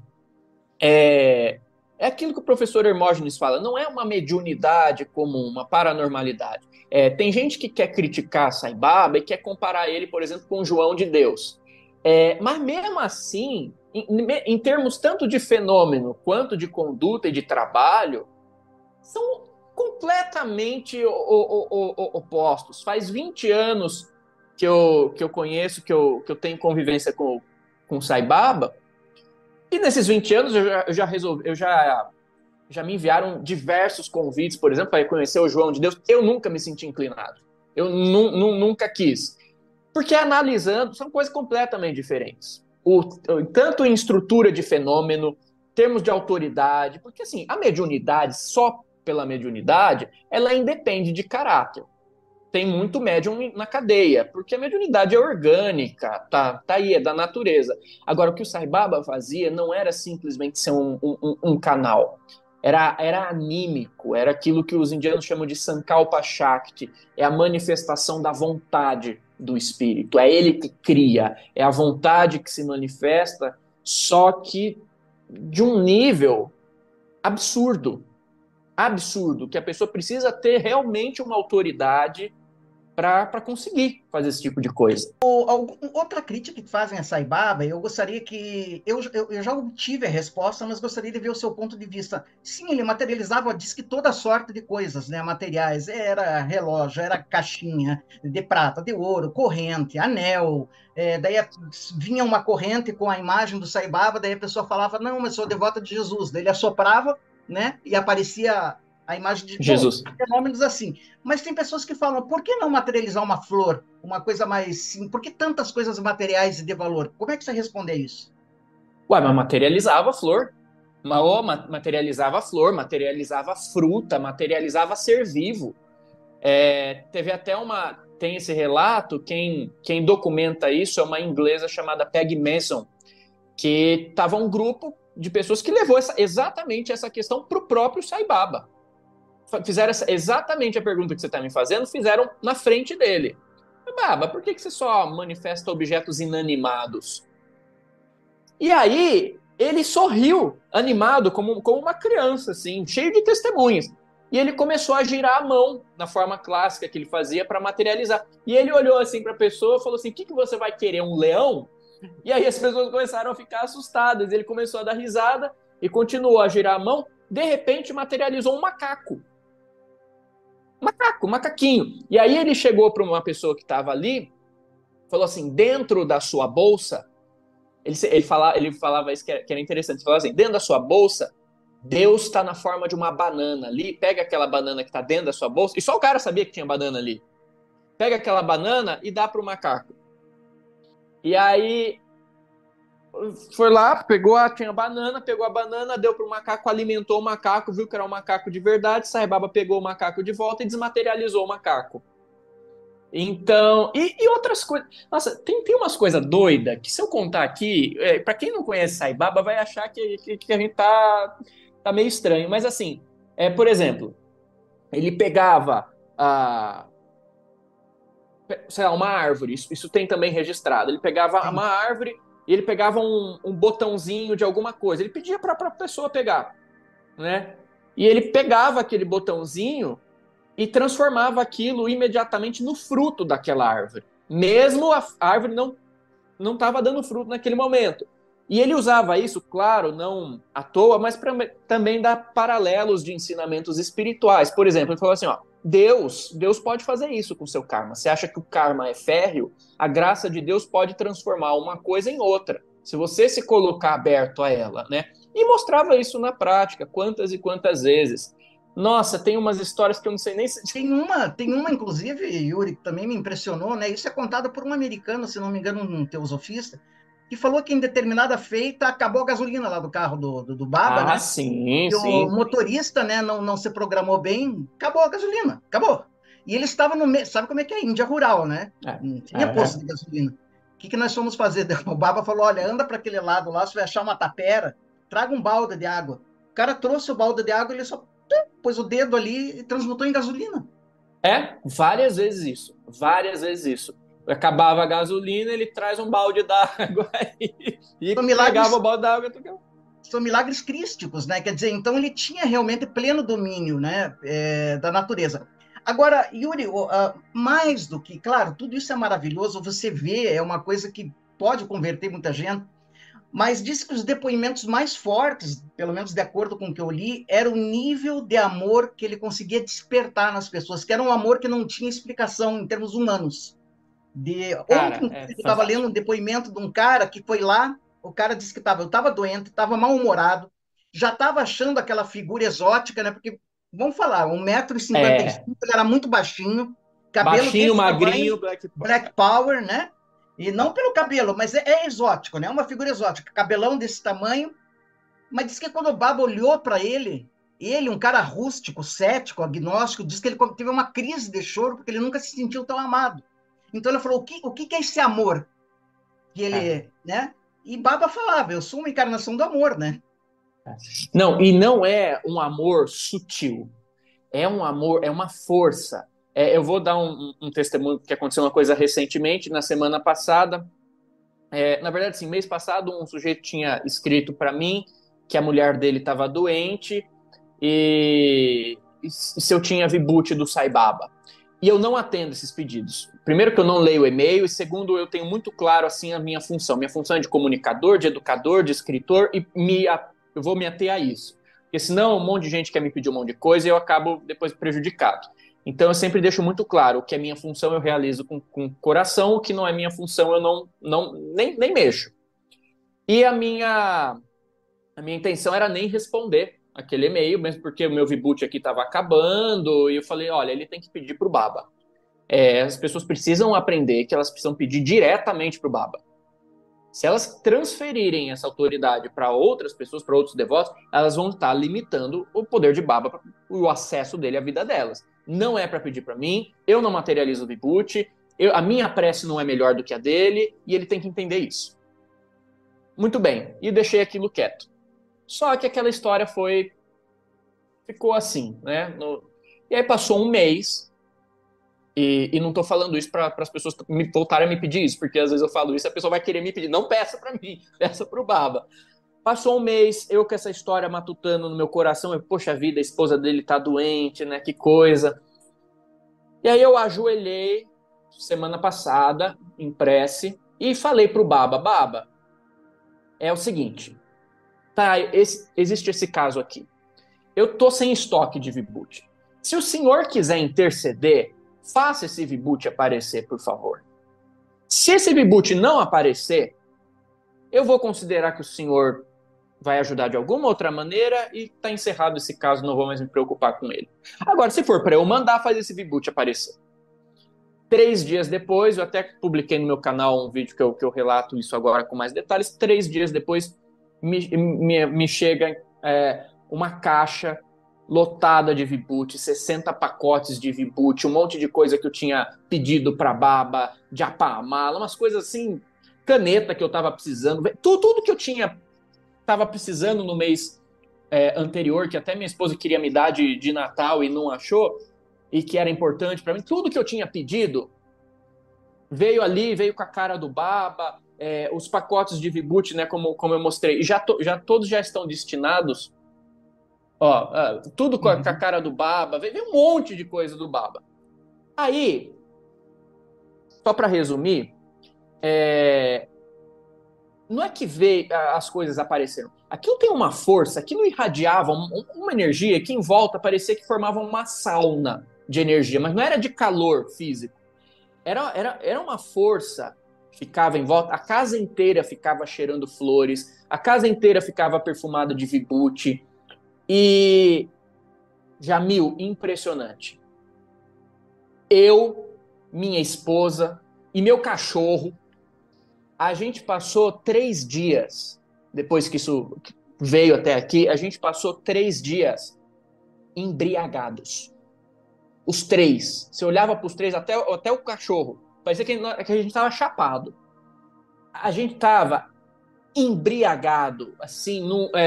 é aquilo que o professor Hermógenes fala, não é uma mediunidade comum, uma paranormalidade. Tem gente que quer criticar Sai Baba e quer comparar ele, por exemplo, com João de Deus. Mas mesmo assim, em termos tanto de fenômeno quanto de conduta e de trabalho, são completamente opostos. Faz 20 anos que eu conheço, que eu tenho convivência com Sai Baba, e nesses 20 anos já me enviaram diversos convites, por exemplo, para conhecer o João de Deus. Eu nunca me senti inclinado. Eu nunca quis. Porque analisando, são coisas completamente diferentes. Tanto em estrutura de fenômeno, termos de autoridade, porque assim, a mediunidade, só pela mediunidade, ela independe de caráter. Tem muito médium na cadeia, porque a mediunidade é orgânica, tá aí, é da natureza. Agora, o que o Sai Baba fazia não era simplesmente ser um canal, era anímico, era aquilo que os indianos chamam de Sankalpa Shakti, é a manifestação da vontade do espírito, é ele que cria, é a vontade que se manifesta, só que de um nível absurdo, absurdo, que a pessoa precisa ter realmente uma autoridade para conseguir fazer esse tipo de coisa. Outra crítica que fazem a Sai Baba, eu gostaria que... Eu já obtive a resposta, mas gostaria de ver o seu ponto de vista. Sim, ele materializava, diz que toda sorte de coisas, né, materiais. Era relógio, era caixinha de prata, de ouro, corrente, anel. Daí vinha uma corrente com a imagem do Sai Baba, daí a pessoa falava, não, mas sou devota de Jesus. Daí ele assoprava, né, e aparecia a imagem de Jesus. fenômenos assim. Mas tem pessoas que falam, por que não materializar uma flor? Uma coisa mais sim, por que tantas coisas materiais e de valor? Como é que você responde a isso? Ué, mas materializava a flor. Materializava flor, materializava fruta, materializava ser vivo. Teve até tem esse relato, quem documenta isso é uma inglesa chamada Peg Mason, que estava um grupo de pessoas que levou exatamente essa questão para o próprio Sai Baba. Fizeram exatamente a pergunta que você está me fazendo, fizeram na frente dele. Baba, por que você só manifesta objetos inanimados? E aí, ele sorriu, animado, como uma criança, assim, cheio de testemunhas. E ele começou a girar a mão, na forma clássica que ele fazia, para materializar. E ele olhou assim para a pessoa e falou assim, o que você vai querer, um leão? E aí as pessoas começaram a ficar assustadas. Ele começou a dar risada e continuou a girar a mão. De repente, materializou um macaco. Macaquinho. E aí ele chegou para uma pessoa que estava ali, falou assim, dentro da sua bolsa, ele falava isso que era interessante, ele falava assim, dentro da sua bolsa, Deus está na forma de uma banana ali, pega aquela banana que está dentro da sua bolsa, e só o cara sabia que tinha banana ali, pega aquela banana e dá para o macaco. E aí foi lá, tinha banana, pegou a banana, deu pro macaco, alimentou o macaco, viu que era um macaco de verdade, Sai Baba pegou o macaco de volta e desmaterializou o macaco. Então, e outras coisas. Nossa, tem umas coisas doidas que se eu contar aqui, para quem não conhece Sai Baba vai achar que a gente tá meio estranho. Mas assim, por exemplo, ele pegava sei lá, uma árvore, isso tem também registrado. Ele pegava uma árvore e ele pegava um botãozinho de alguma coisa. Ele pedia para a pessoa pegar, né? E ele pegava aquele botãozinho e transformava aquilo imediatamente no fruto daquela árvore. Mesmo a árvore não estava dando fruto naquele momento. E ele usava isso, claro, não à toa, mas para também dar paralelos de ensinamentos espirituais. Por exemplo, ele falou assim, ó, Deus pode fazer isso com o seu karma. Você acha que o karma é férreo? A graça de Deus pode transformar uma coisa em outra, se você se colocar aberto a ela, né? E mostrava isso na prática, quantas e quantas vezes. Nossa, tem umas histórias que eu não sei nem se... Tem uma, inclusive, Yuri, que também me impressionou, né? Isso é contado por um americano, se não me engano, um teosofista, que falou que em determinada feita acabou a gasolina lá do carro do Baba, Ah, né? sim, E o sim. motorista, né, não se programou bem, acabou a gasolina, acabou. E ele estava no meio, sabe como é que é? Índia rural, né? É, Não tinha posto é. de gasolina. O que nós fomos fazer? O Baba falou: olha, anda para aquele lado lá, você vai achar uma tapera, traga um balde de água. O cara trouxe o balde de água, ele só pôs o dedo ali e transmutou em gasolina. Várias vezes isso. Várias vezes isso. Acabava a gasolina, ele traz um balde d'água e São pegava o milagres, balde d'água. são milagres crísticos, né? Quer dizer, então ele tinha realmente pleno domínio, né, da natureza. Agora, Yuri, mais do que, claro, tudo isso é maravilhoso, você vê, é uma coisa que pode converter muita gente, mas diz que os depoimentos mais fortes, pelo menos de acordo com o que eu li, era o nível de amor que ele conseguia despertar nas pessoas, que era um amor que não tinha explicação em termos humanos. Cara, Ontem é eu estava lendo fantástico. um depoimento de um cara que foi lá, o cara disse que eu estava doente, estava mal-humorado, já estava achando aquela figura exótica, né? Porque, vamos falar, 1,55 m, É, ele era muito baixinho, cabelo baixinho, desse tamanho, magrinho, Black Black Power, né? E não é. pelo cabelo, mas é exótico, né? É uma figura exótica, cabelão desse tamanho, mas diz que quando o Baba olhou para ele, um cara rústico, cético, agnóstico, diz que ele teve uma crise de choro porque ele nunca se sentiu tão amado. Então ele falou: o que é esse amor que É. ele, né? E Baba falava: eu sou uma encarnação do amor, né? Não, e não é um amor sutil. É um amor, é uma força. Eu vou dar um testemunho que aconteceu uma coisa recentemente, na semana passada. Na verdade, assim, mês passado, um sujeito tinha escrito para mim que a mulher dele estava doente e se eu tinha vibute do Sai Baba. E eu não atendo esses pedidos. Primeiro que eu não leio o e-mail e segundo eu tenho muito claro assim a minha função. Minha função é de comunicador, de educador, de escritor e eu vou me ater a isso. Porque senão um monte de gente quer me pedir um monte de coisa e eu acabo depois prejudicado. Então eu sempre deixo muito claro o que é minha função eu realizo com coração, o que não é minha função eu nem mexo. E a minha intenção era nem responder aquele e-mail, mesmo porque o meu Vboot aqui estava acabando, e eu falei, olha, ele tem que pedir para o Baba. As pessoas precisam aprender que elas precisam pedir diretamente para o Baba. Se elas transferirem essa autoridade para outras pessoas, para outros devotos, elas vão estar limitando o poder de Baba, o acesso dele à vida delas. Não é para pedir para mim, eu não materializo o Vibhuti, a minha prece não é melhor do que a dele, e ele tem que entender isso. Muito bem, e deixei aquilo quieto. Só que aquela história ficou assim, né? E aí passou um mês, e não estou falando isso para as pessoas voltarem a me pedir isso, porque às vezes eu falo isso e a pessoa vai querer me pedir. Não peça para mim, peça para o Baba. Passou um mês, eu com essa história matutando no meu coração, poxa vida, a esposa dele tá doente, né? Que coisa. E aí eu ajoelhei semana passada, em prece, e falei para o Baba, Baba, é o seguinte, tá, existe esse caso aqui. Eu tô sem estoque de Vibhuti. Se o senhor quiser interceder, faça esse Vibhuti aparecer, por favor. Se esse Vibhuti não aparecer, eu vou considerar que o senhor vai ajudar de alguma outra maneira e tá encerrado esse caso, não vou mais me preocupar com ele. Agora, se for para eu mandar, faz esse Vibhuti aparecer. 3 dias depois, eu até publiquei no meu canal um vídeo que eu relato isso agora com mais detalhes. 3 dias depois, me chega uma caixa lotada de Vibhuti, 60 pacotes de Vibhuti, um monte de coisa que eu tinha pedido para Baba, de Apamala, umas coisas assim, caneta que eu estava precisando, tudo que eu estava precisando no mês anterior, que até minha esposa queria me dar de Natal e não achou, e que era importante para mim, tudo que eu tinha pedido veio ali, veio com a cara do Baba, os pacotes de Vibhuti, né, como eu mostrei, todos já estão destinados, ó, tudo com a cara do Baba, veio um monte de coisa do Baba. Aí, só para resumir, não é que veio, as coisas apareceram. Aquilo tem uma força, aquilo irradiava uma energia que em volta parecia que formava uma sauna de energia, mas não era de calor físico. Era uma força que ficava em volta, a casa inteira ficava cheirando flores, a casa inteira ficava perfumada de Vibhuti, e Jamil, impressionante. Eu, minha esposa e meu cachorro, a gente passou 3 dias, depois que isso veio até aqui, a gente passou 3 dias embriagados. Os 3. Você olhava para os 3, até o cachorro. Parecia que a gente estava chapado. A gente estava embriagado, assim,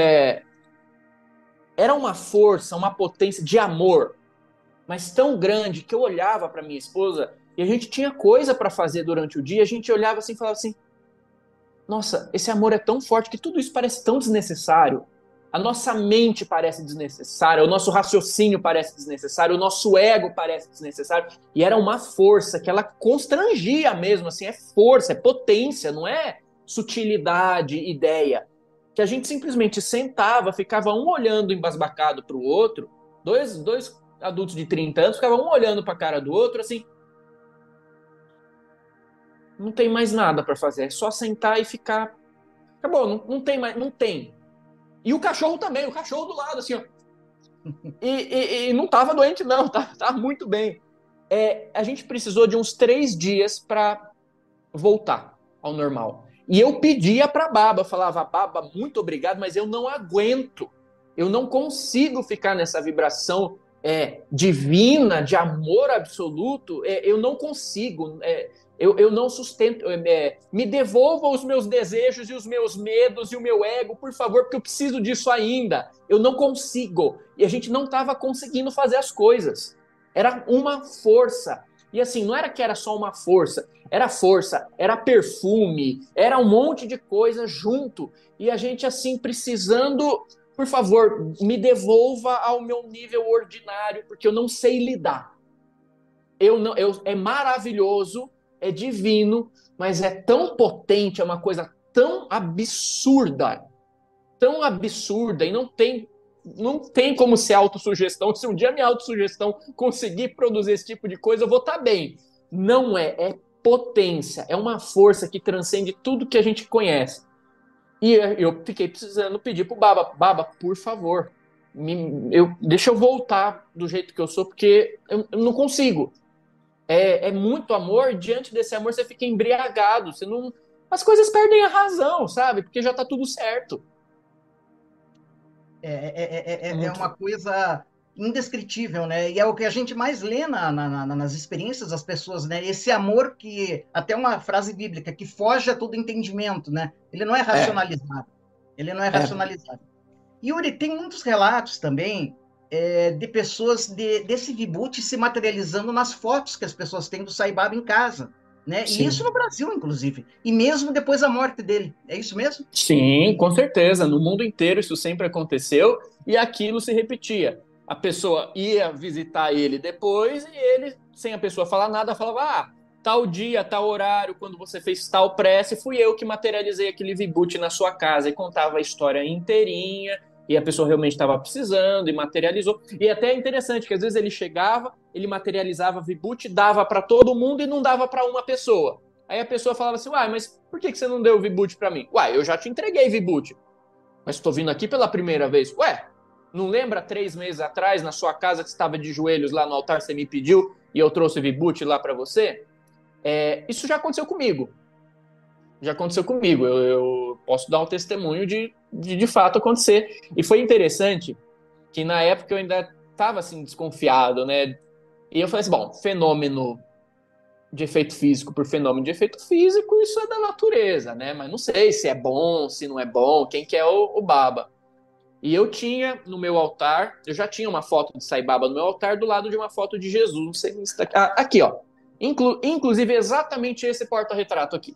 era uma força, uma potência de amor, mas tão grande que eu olhava para minha esposa e a gente tinha coisa para fazer durante o dia, a gente olhava assim e falava assim, nossa, esse amor é tão forte que tudo isso parece tão desnecessário. A nossa mente parece desnecessária, o nosso raciocínio parece desnecessário, o nosso ego parece desnecessário. E era uma força que ela constrangia mesmo, assim, é força, é potência, não é sutilidade, ideia. Que a gente simplesmente sentava, ficava um olhando embasbacado para o outro, dois adultos de 30 anos, ficavam um olhando para a cara do outro, assim, não tem mais nada para fazer, é só sentar e ficar. Acabou, não tem mais, não tem. E o cachorro também, o cachorro do lado, assim, ó. E não tava doente, não, tava muito bem. A gente precisou de uns 3 dias para voltar ao normal. E eu pedia pra Baba, falava, Baba, muito obrigado, mas eu não aguento. Eu não consigo ficar nessa vibração divina, de amor absoluto. Eu não consigo. Eu não sustento. Me devolva os meus desejos e os meus medos e o meu ego, por favor, porque eu preciso disso ainda. Eu não consigo. E a gente não estava conseguindo fazer as coisas. Era uma força. E assim, não era que era só uma força. Era força, era perfume, era um monte de coisa junto. E a gente, assim, precisando, por favor, me devolva ao meu nível ordinário, porque eu não sei lidar. É maravilhoso, é divino, mas é tão potente, é uma coisa tão absurda, e não tem como ser autossugestão. Se um dia minha autossugestão conseguir produzir esse tipo de coisa, eu vou estar bem. Não é potência, é uma força que transcende tudo que a gente conhece. E eu fiquei precisando pedir pro Baba, por favor, deixa eu voltar do jeito que eu sou, porque eu não consigo. É muito amor, diante desse amor você fica embriagado, você não, as coisas perdem a razão, sabe? Porque já tá tudo certo. É uma coisa indescritível, né? E é o que a gente mais lê nas experiências das pessoas, né? Esse amor que, até uma frase bíblica, que foge a todo entendimento, né? Ele não é É, racionalizado. Ele não é é, racionalizado. E, Yuri, tem muitos relatos também de pessoas desse Vibhuti se materializando nas fotos que as pessoas têm do Sai Baba em casa, né? E isso sim. no Brasil, inclusive. E mesmo depois da morte dele. É isso mesmo? Sim, com certeza. No mundo inteiro isso sempre aconteceu e aquilo se repetia. A pessoa ia visitar ele depois e ele, sem a pessoa falar nada, falava: Ah, tal dia, tal horário, quando você fez tal prece, fui eu que materializei aquele vibute na sua casa e contava a história inteirinha. E a pessoa realmente estava precisando e materializou. E até é interessante que às vezes ele chegava, ele materializava vibute, dava para todo mundo e não dava para uma pessoa. Aí a pessoa falava assim, uai, mas por que você não deu o Vibute pra mim? Uai, eu já te entreguei Vibute, mas estou vindo aqui pela primeira vez. Ué, não lembra 3 meses atrás, na sua casa, que você estava de joelhos lá no altar, você me pediu e eu trouxe Vibute lá para você? Isso já aconteceu comigo. Já aconteceu comigo. Eu posso dar um testemunho de fato acontecer. E foi interessante que na época eu ainda estava assim desconfiado, né? E eu falei assim, bom, fenômeno de efeito físico por fenômeno de efeito físico, isso é da natureza, né? Mas não sei se é bom, se não é bom, quem que é o Baba. E eu tinha no meu altar, eu já tinha uma foto de Sai Baba no meu altar do lado de uma foto de Jesus. Não sei se está aqui. Aqui, ó. Inclusive, exatamente esse porta-retrato aqui.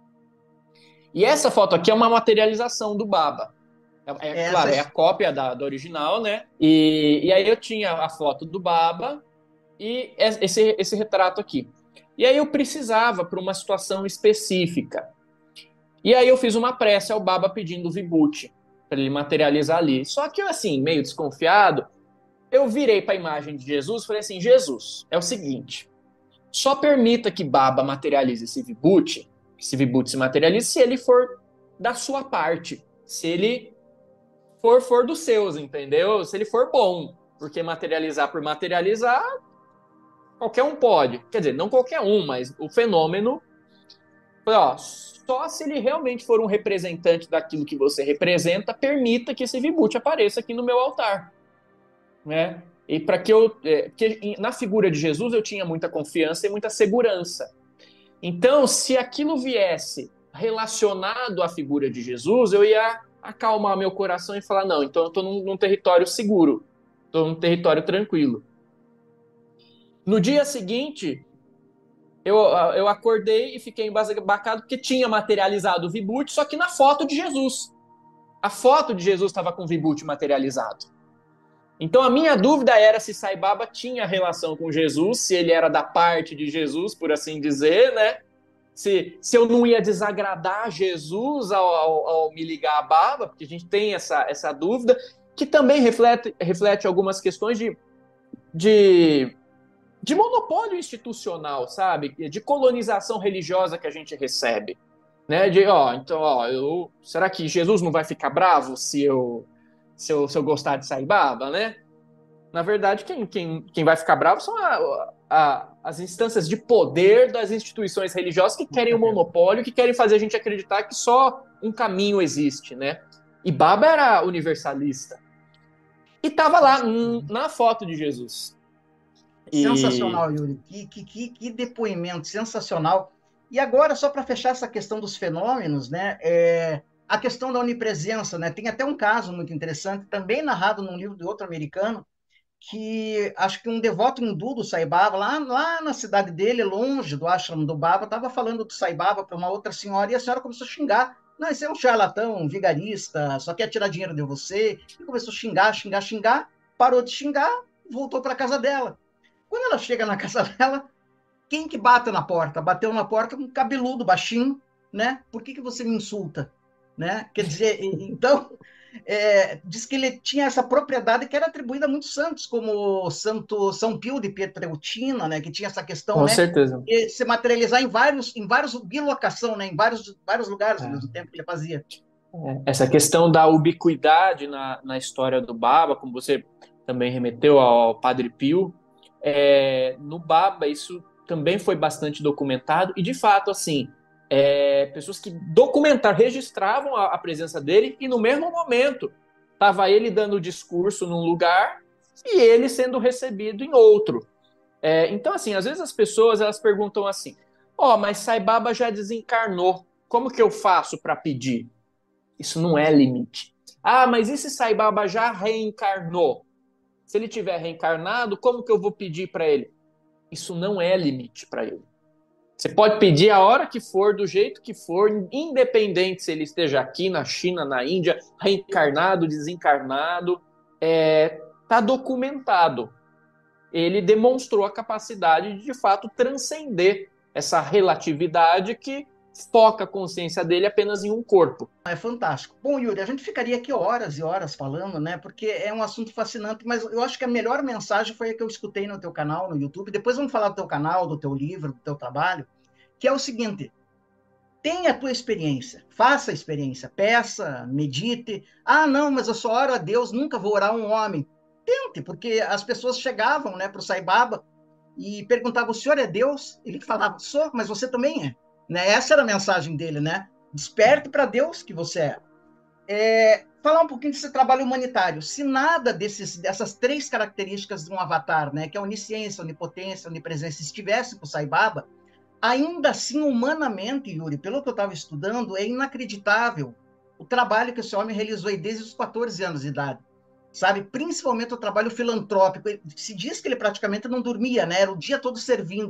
E essa foto aqui é uma materialização do Baba. Essa Claro, é a cópia da original, né? E aí eu tinha a foto do Baba e esse retrato aqui. E aí eu precisava para uma situação específica. E aí eu fiz uma prece ao Baba pedindo o Vibhuti, para ele materializar ali. Só que eu, assim, meio desconfiado, eu virei para a imagem de Jesus e falei assim, Jesus, é o seguinte, só permita que Baba materialize esse Vibhuti se materialize, se ele for da sua parte, se ele for dos seus, entendeu? Se ele for bom, porque materializar por materializar, qualquer um pode. Quer dizer, não qualquer um, mas o fenômeno foi, ó, só se ele realmente for um representante daquilo que você representa, permita que esse vibute apareça aqui no meu altar, né? E para que porque na figura de Jesus eu tinha muita confiança e muita segurança. Então, se aquilo viesse relacionado à figura de Jesus, eu ia acalmar meu coração e falar, não, então eu estou num território seguro, estou num território tranquilo. No dia seguinte, eu acordei e fiquei embasbacado porque tinha materializado o vibute, só que na foto de Jesus. A foto de Jesus estava com o vibute materializado. Então a minha dúvida era se Sai Baba tinha relação com Jesus, se ele era da parte de Jesus, por assim dizer, né? Se eu não ia desagradar Jesus ao me ligar a Baba, porque a gente tem essa dúvida, que também reflete algumas questões de monopólio institucional, sabe? De colonização religiosa que a gente recebe. Né? Será que Jesus não vai ficar bravo se eu gostar de Sai Baba, né? Na verdade, quem vai ficar bravo são as instâncias de poder das instituições religiosas que querem o monopólio, que querem fazer a gente acreditar que só um caminho existe, né? E Baba era universalista. E estava lá na foto de Jesus. Sensacional, Yuri. Que depoimento sensacional. E agora, só para fechar essa questão dos fenômenos, né? A questão da onipresença, né? Tem até um caso muito interessante, também narrado num livro de outro americano, que acho que um devoto hindu do Sai Baba, lá na cidade dele, longe do ashram do Baba, estava falando do Sai Baba para uma outra senhora, e a senhora começou a xingar. Não, esse é um charlatão, um vigarista, só quer tirar dinheiro de você. E começou a xingar, parou de xingar, voltou para a casa dela. Quando ela chega na casa dela, quem que bate na porta? Bateu na porta um cabeludo, baixinho, né? Por que você me insulta? Né? Quer dizer, então, diz que ele tinha essa propriedade que era atribuída a muitos santos, como São Pio de Pietrelcina, né? Que tinha essa questão, Com né? certeza. De se materializar em vários bilocação, né? Em vários lugares ao mesmo tempo que ele fazia. Essa questão da ubiquidade na história do Baba, como você também remeteu ao Padre Pio, no Baba isso também foi bastante documentado e de fato assim pessoas que registravam a presença dele e no mesmo momento estava ele dando discurso num lugar e ele sendo recebido em outro. Então assim, às vezes as pessoas elas perguntam assim, mas Sai Baba já desencarnou, como que eu faço para pedir? Isso não é limite. Mas e se Sai Baba já reencarnou? Se ele tiver reencarnado, como que eu vou pedir para ele? Isso não é limite para ele. Você pode pedir a hora que for, do jeito que for, independente se ele esteja aqui na China, na Índia, reencarnado, desencarnado, está documentado. Ele demonstrou a capacidade de fato, transcender essa relatividade que foca a consciência dele apenas em um corpo. É fantástico. Bom, Yuri, a gente ficaria aqui horas e horas falando, né? Porque é um assunto fascinante, mas eu acho que a melhor mensagem foi a que eu escutei no teu canal, no YouTube. Depois vamos falar do teu canal, do teu livro, do teu trabalho, que é o seguinte: tenha a tua experiência, faça a experiência, peça, medite. Não, mas eu só oro a Deus, nunca vou orar a um homem. Tente, porque as pessoas chegavam, né, para o Sai Baba e perguntavam: o senhor é Deus? Ele falava: sou, mas você também é. Né? Essa era a mensagem dele, né? Desperte para Deus que você é. Falar um pouquinho desse trabalho humanitário. Se nada dessas três características de um avatar, né, que é a onisciência, onipotência, onipresença, estivesse com o Sai Baba, ainda assim, humanamente, Yuri, pelo que eu estava estudando, é inacreditável o trabalho que esse homem realizou aí desde os 14 anos de idade. Sabe, principalmente o trabalho filantrópico. Se diz que ele praticamente não dormia, né? Era o dia todo servindo,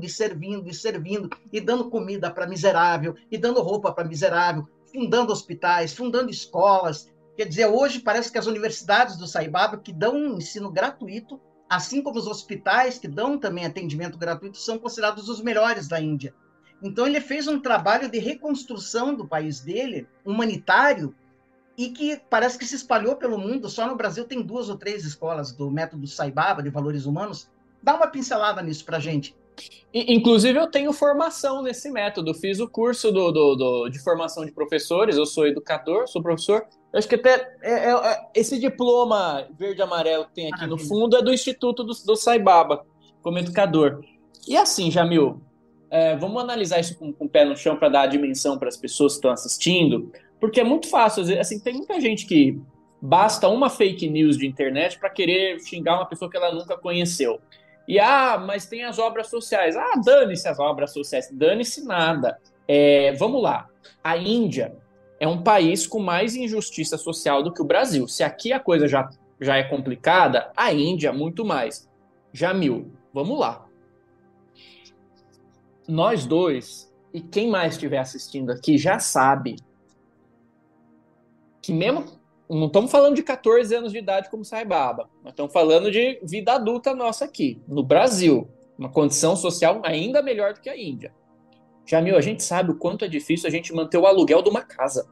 e dando comida para miserável, e dando roupa para miserável, fundando hospitais, fundando escolas. Quer dizer, hoje parece que as universidades do Sai Baba, que dão um ensino gratuito, assim como os hospitais, que dão também atendimento gratuito, são considerados os melhores da Índia. Então, ele fez um trabalho de reconstrução do país dele, humanitário, e que parece que se espalhou pelo mundo. Só no Brasil tem 2 ou 3 escolas do método Sai Baba, de valores humanos. Dá uma pincelada nisso para a gente. Inclusive, eu tenho formação nesse método. Fiz o curso de formação de professores, eu sou educador, sou professor, Eu acho que até esse diploma verde e amarelo que tem aqui no Maravilha. fundo é do Instituto do Sai Baba, como educador. E assim, Jamil, vamos analisar isso com o pé no chão para dar a dimensão para as pessoas que estão assistindo, porque é muito fácil. Às vezes, assim, tem muita gente que basta uma fake news de internet para querer xingar uma pessoa que ela nunca conheceu. E, mas tem as obras sociais. Dane-se as obras sociais. Dane-se nada. Vamos lá. A Índia é um país com mais injustiça social do que o Brasil. Se aqui a coisa já é complicada, a Índia muito mais. Jamil, vamos lá. Nós dois, e quem mais estiver assistindo aqui, já sabe que mesmo. Não estamos falando de 14 anos de idade como Sai Baba. Nós estamos falando de vida adulta nossa aqui, no Brasil. Uma condição social ainda melhor do que a Índia. Jamil, a gente sabe o quanto é difícil a gente manter o aluguel de uma casa.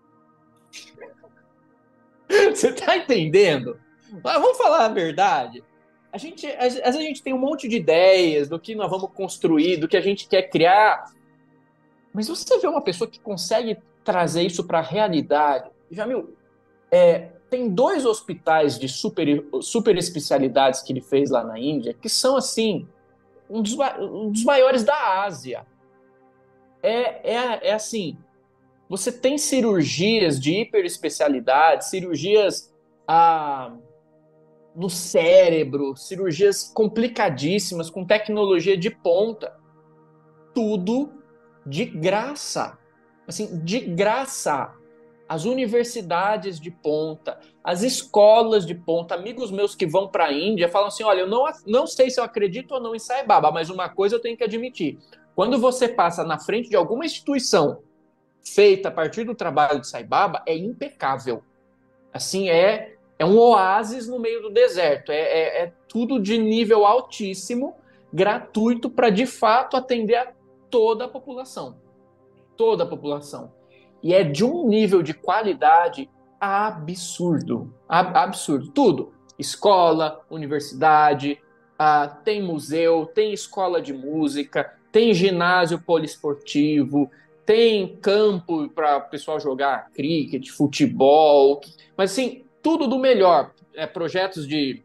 Você tá entendendo? Mas vamos falar a verdade. Às vezes a gente tem um monte de ideias do que nós vamos construir, do que a gente quer criar. Mas você vê uma pessoa que consegue trazer isso para a realidade. Jamil, tem 2 hospitais de super especialidades que ele fez lá na Índia, que são, assim, um dos maiores da Ásia. Assim, você tem cirurgias de hiperespecialidade, cirurgias no cérebro, cirurgias complicadíssimas, com tecnologia de ponta. Tudo de graça. Assim, de graça. As universidades de ponta, as escolas de ponta, amigos meus que vão para a Índia falam assim, olha, eu não sei se eu acredito ou não em Sai Baba, mas uma coisa eu tenho que admitir. Quando você passa na frente de alguma instituição feita a partir do trabalho de Sai Baba, é impecável. Assim, é um oásis no meio do deserto. É tudo de nível altíssimo, gratuito, para de fato atender a toda a população. Toda a população. E é de um nível de qualidade absurdo. Absurdo. Tudo. Escola, universidade, tem museu, tem escola de música, tem ginásio poliesportivo, tem campo para o pessoal jogar cricket, futebol. Mas, assim, tudo do melhor. Projetos de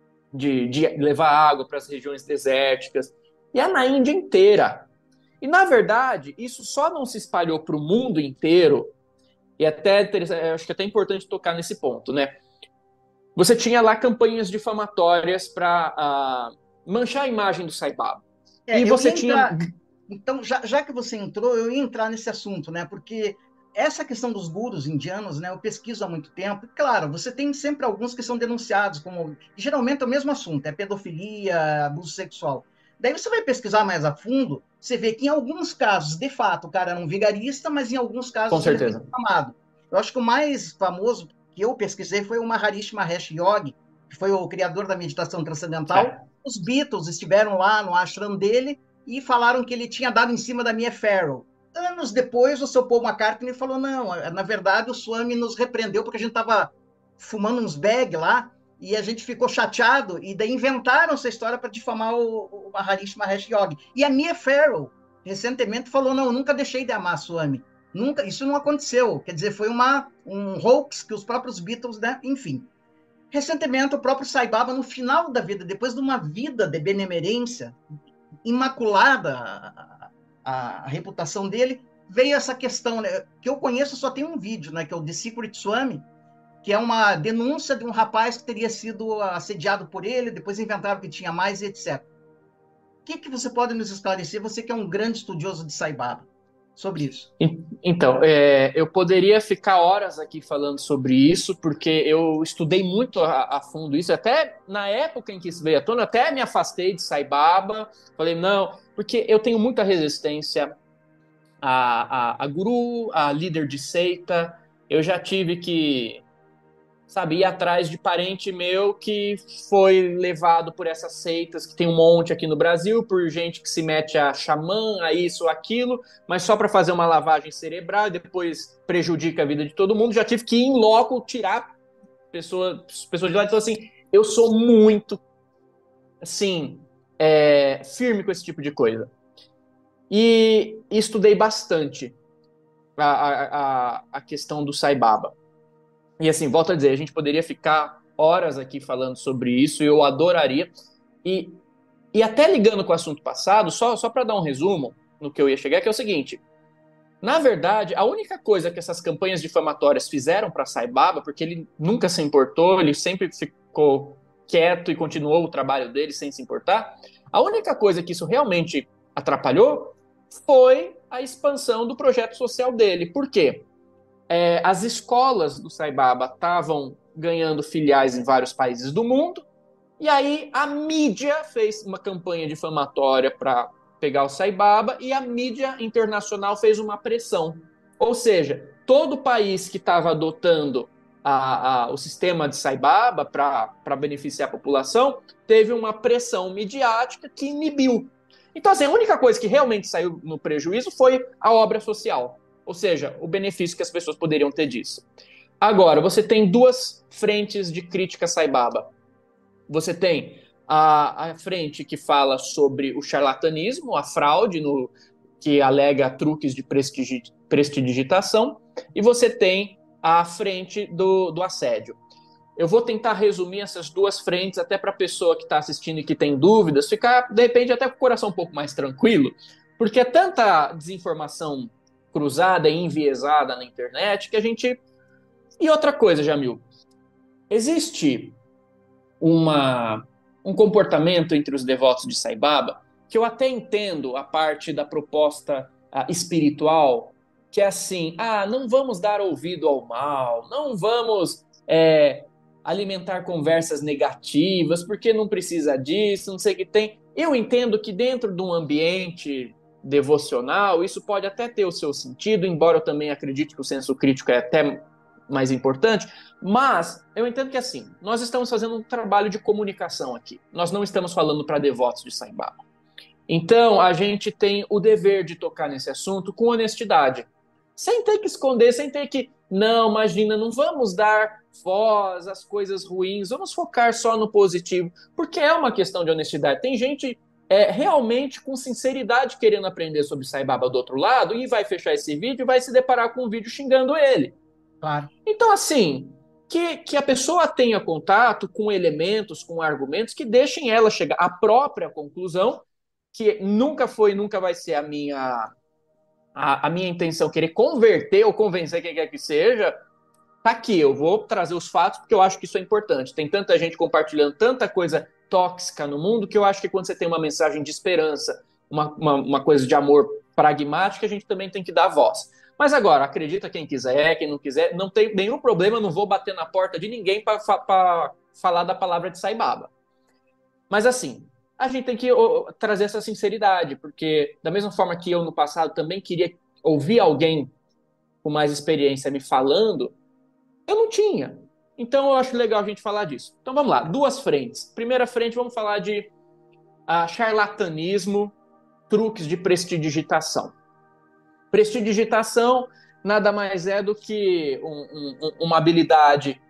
levar água para as regiões desérticas. E é na Índia inteira. E, na verdade, isso só não se espalhou para o mundo inteiro, e acho que é até importante tocar nesse ponto, né? Você tinha lá campanhas difamatórias para manchar a imagem do Sai Baba. E Eu você ia tinha... entrar. Então, já que você entrou, eu ia entrar nesse assunto, né? Porque essa questão dos gurus indianos, né? Eu pesquiso há muito tempo. E, claro, você tem sempre alguns que são denunciados como... Geralmente é o mesmo assunto, é pedofilia, abuso sexual. Daí você vai pesquisar mais a fundo, você vê que em alguns casos, de fato, o cara era um vigarista, mas em alguns Com casos ele foi certeza. difamado. Eu acho que o mais famoso que eu pesquisei foi o Maharishi Mahesh Yogi, que foi o criador da meditação transcendental. Os Beatles estiveram lá no ashram dele e falaram que ele tinha dado em cima da Mia Farrow. Anos depois, o seu Paul McCartney falou, não, na verdade o Swami nos repreendeu porque a gente estava fumando uns bag lá e a gente ficou chateado e daí inventaram essa história para difamar o Maharishi Mahesh Yogi. E a Mia Farrow, recentemente, falou, não, eu nunca deixei de amar Swami. Nunca, isso não aconteceu. Quer dizer, foi um hoax que os próprios Beatles, né? Enfim. Recentemente, o próprio Sai Baba, no final da vida, depois de uma vida de benemerência, imaculada a reputação dele, veio essa questão, né, que eu conheço, só tem um vídeo, né, que é o The Secret Swami, que é uma denúncia de um rapaz que teria sido assediado por ele, depois inventaram que tinha mais, etc. O que você pode nos esclarecer, você que é um grande estudioso de Sai Baba, sobre isso? Então, eu poderia ficar horas aqui falando sobre isso, porque eu estudei muito a fundo isso, até na época em que isso veio à tona, até me afastei de Sai Baba, falei, não, porque eu tenho muita resistência a guru, a líder de seita, eu já tive que, sabe, ir atrás de parente meu que foi levado por essas seitas, que tem um monte aqui no Brasil, por gente que se mete a xamã, a isso, aquilo, mas só para fazer uma lavagem cerebral e depois prejudica a vida de todo mundo. Já tive que ir em loco tirar pessoas de lá. Então, assim, eu sou muito, assim, firme com esse tipo de coisa. E estudei bastante a questão do Sai Baba. E assim, volto a dizer, a gente poderia ficar horas aqui falando sobre isso, eu adoraria. E, e até ligando com o assunto passado, só para dar um resumo no que eu ia chegar, que é o seguinte: na verdade, a única coisa que essas campanhas difamatórias fizeram para Sai Baba, porque ele nunca se importou, ele sempre ficou quieto e continuou o trabalho dele sem se importar, a única coisa que isso realmente atrapalhou foi a expansão do projeto social dele. Por quê? As escolas do Sai Baba estavam ganhando filiais em vários países do mundo, e aí a mídia fez uma campanha difamatória para pegar o Sai Baba e a mídia internacional fez uma pressão. Ou seja, todo país que estava adotando o sistema de Sai Baba para beneficiar a população teve uma pressão midiática que inibiu. Então, assim, a única coisa que realmente saiu no prejuízo foi a obra social. Ou seja, o benefício que as pessoas poderiam ter disso. Agora, você tem duas frentes de crítica a Sai Baba. Você tem a frente que fala sobre o charlatanismo, a fraude, que alega truques de prestidigitação, e você tem a frente do assédio. Eu vou tentar resumir essas duas frentes, até para a pessoa que está assistindo e que tem dúvidas, ficar, de repente, até com o coração um pouco mais tranquilo, porque é tanta desinformação cruzada e enviesada na internet que a gente... E outra coisa, Jamil, existe um comportamento entre os devotos de Sai Baba, que eu até entendo a parte da proposta espiritual, que é assim, não vamos dar ouvido ao mal, não vamos alimentar conversas negativas, porque não precisa disso, não sei o que tem. Eu entendo que dentro de um ambiente devocional, isso pode até ter o seu sentido, embora eu também acredite que o senso crítico é até mais importante, mas eu entendo que assim, nós estamos fazendo um trabalho de comunicação aqui. Nós não estamos falando para devotos de Sai Baba. Então, a gente tem o dever de tocar nesse assunto com honestidade. Sem ter que esconder, sem ter que... Não, imagina, não vamos dar voz às coisas ruins, vamos focar só no positivo, porque é uma questão de honestidade. Tem gente realmente com sinceridade querendo aprender sobre Sai Baba do outro lado e vai fechar esse vídeo e vai se deparar com um vídeo xingando ele. Claro. Então, assim, que a pessoa tenha contato com elementos, com argumentos que deixem ela chegar à própria conclusão, que nunca foi, nunca vai ser a minha intenção querer converter ou convencer quem quer que seja. Tá aqui, eu vou trazer os fatos porque eu acho que isso é importante. Tem tanta gente compartilhando tanta coisa tóxica no mundo que eu acho que quando você tem uma mensagem de esperança, uma coisa de amor pragmática, a gente também tem que dar voz. Mas agora, acredita quem quiser, quem não quiser, não tem nenhum problema, não vou bater na porta de ninguém para falar da palavra de Sai Baba. Mas assim, a gente tem que trazer essa sinceridade, porque da mesma forma que eu no passado também queria ouvir alguém com mais experiência me falando, eu não tinha. Então eu acho legal a gente falar disso. Então vamos lá, duas frentes. Primeira frente, vamos falar de charlatanismo, truques de prestidigitação. Prestidigitação nada mais é do que uma habilidade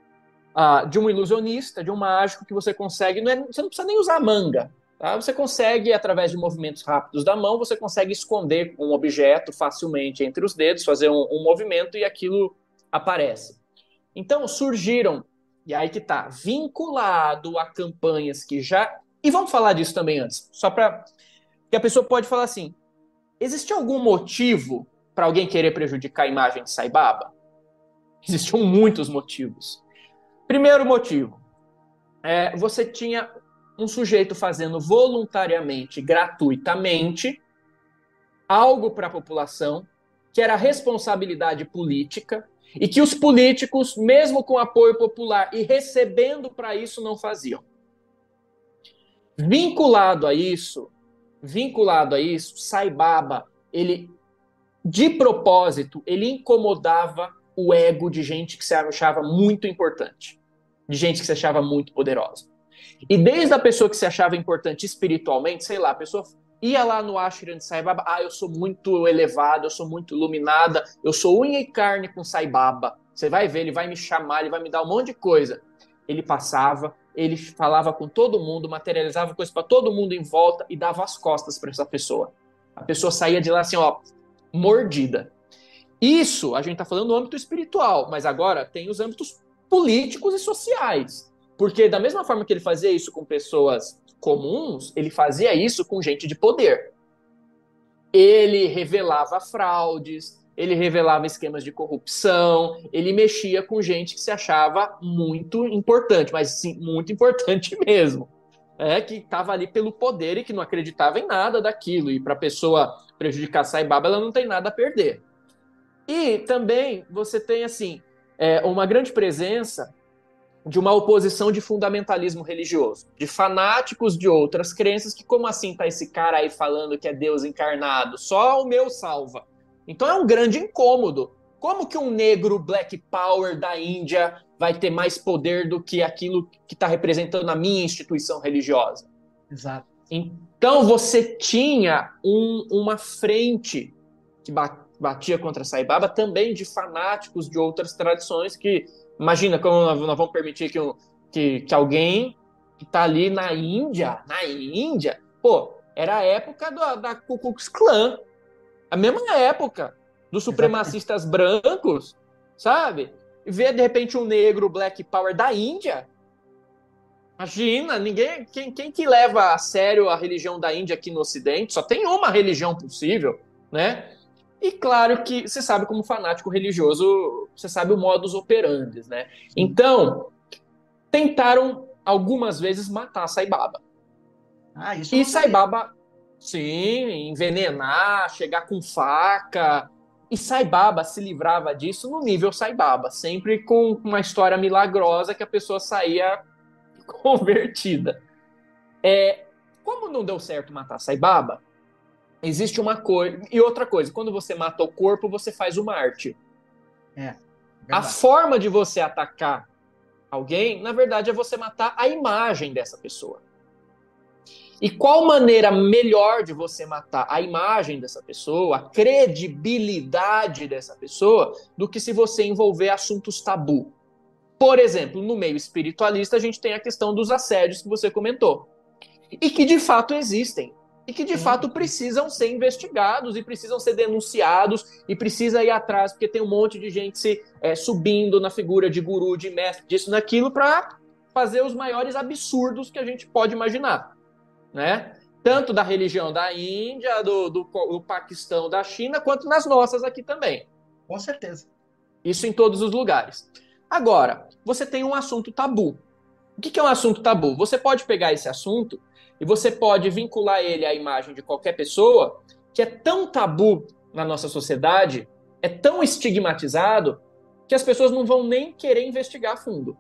de um ilusionista, de um mágico que você consegue... você não precisa nem usar manga. Tá? Você consegue, através de movimentos rápidos da mão, você consegue esconder um objeto facilmente entre os dedos, fazer um movimento e aquilo aparece. Então surgiram, e aí que tá, vinculado a campanhas que já... E vamos falar disso também antes, só para que a pessoa pode falar assim, existe algum motivo para alguém querer prejudicar a imagem de Sai Baba? Existiam muitos motivos. Primeiro motivo, você tinha um sujeito fazendo voluntariamente, gratuitamente, algo para a população que era responsabilidade política e que os políticos, mesmo com apoio popular e recebendo para isso, não faziam. Vinculado a isso, Sai Baba, ele, de propósito, ele incomodava o ego de gente que se achava muito importante, de gente que se achava muito poderosa. E desde a pessoa que se achava importante espiritualmente, sei lá, a pessoa ia lá no ashram de Sai Baba, eu sou muito elevado, eu sou muito iluminada, eu sou unha e carne com Sai Baba. Você vai ver, ele vai me chamar, ele vai me dar um monte de coisa. Ele passava, ele falava com todo mundo, materializava coisas para todo mundo em volta e dava as costas para essa pessoa. A pessoa saía de lá assim, mordida. Isso a gente está falando no âmbito espiritual, mas agora tem os âmbitos políticos e sociais. Porque da mesma forma que ele fazia isso com pessoas comuns, ele fazia isso com gente de poder. Ele revelava fraudes, ele revelava esquemas de corrupção, ele mexia com gente que se achava muito importante, mas sim, muito importante mesmo. Que estava ali pelo poder e que não acreditava em nada daquilo. E para a pessoa prejudicar Sai Baba, ela não tem nada a perder. E também você tem assim uma grande presença de uma oposição de fundamentalismo religioso, de fanáticos de outras crenças, que como assim tá esse cara aí falando que é Deus encarnado? Só o meu salva. Então é um grande incômodo. Como que um negro Black Power da Índia vai ter mais poder do que aquilo que está representando a minha instituição religiosa? Exato. Então você tinha uma frente que batia contra Sai Baba também de fanáticos de outras tradições que, imagina como nós vamos permitir que alguém que está ali na Índia, pô, era a época da Ku Klux Klan, a mesma época dos supremacistas brancos, sabe? E ver de repente um negro Black Power da Índia. Imagina, quem que leva a sério a religião da Índia aqui no Ocidente? Só tem uma religião possível, né? E claro que você sabe como fanático religioso, você sabe o modus operandi, né? Então, tentaram algumas vezes matar Sai Baba. Isso e Sai Baba, sim, envenenar, chegar com faca. E Sai Baba se livrava disso no nível Sai Baba, sempre com uma história milagrosa que a pessoa saía convertida. Como não deu certo matar Sai Baba, existe uma coisa. E outra coisa, quando você mata o corpo, você faz uma arte. A forma de você atacar alguém, na verdade, é você matar a imagem dessa pessoa. E qual maneira melhor de você matar a imagem dessa pessoa, a credibilidade dessa pessoa, do que se você envolver assuntos tabu? Por exemplo, no meio espiritualista, a gente tem a questão dos assédios que você comentou. E que de fato existem. E que de fato precisam ser investigados e precisam ser denunciados e precisa ir atrás, porque tem um monte de gente subindo na figura de guru, de mestre, disso, daquilo, para fazer os maiores absurdos que a gente pode imaginar, né? Tanto da religião da Índia, do Paquistão, da China, quanto nas nossas aqui também. Com certeza. Isso em todos os lugares. Agora, você tem um assunto tabu. O que é um assunto tabu? Você pode pegar esse assunto e você pode vincular ele à imagem de qualquer pessoa que é tão tabu na nossa sociedade, é tão estigmatizado, que as pessoas não vão nem querer investigar a fundo.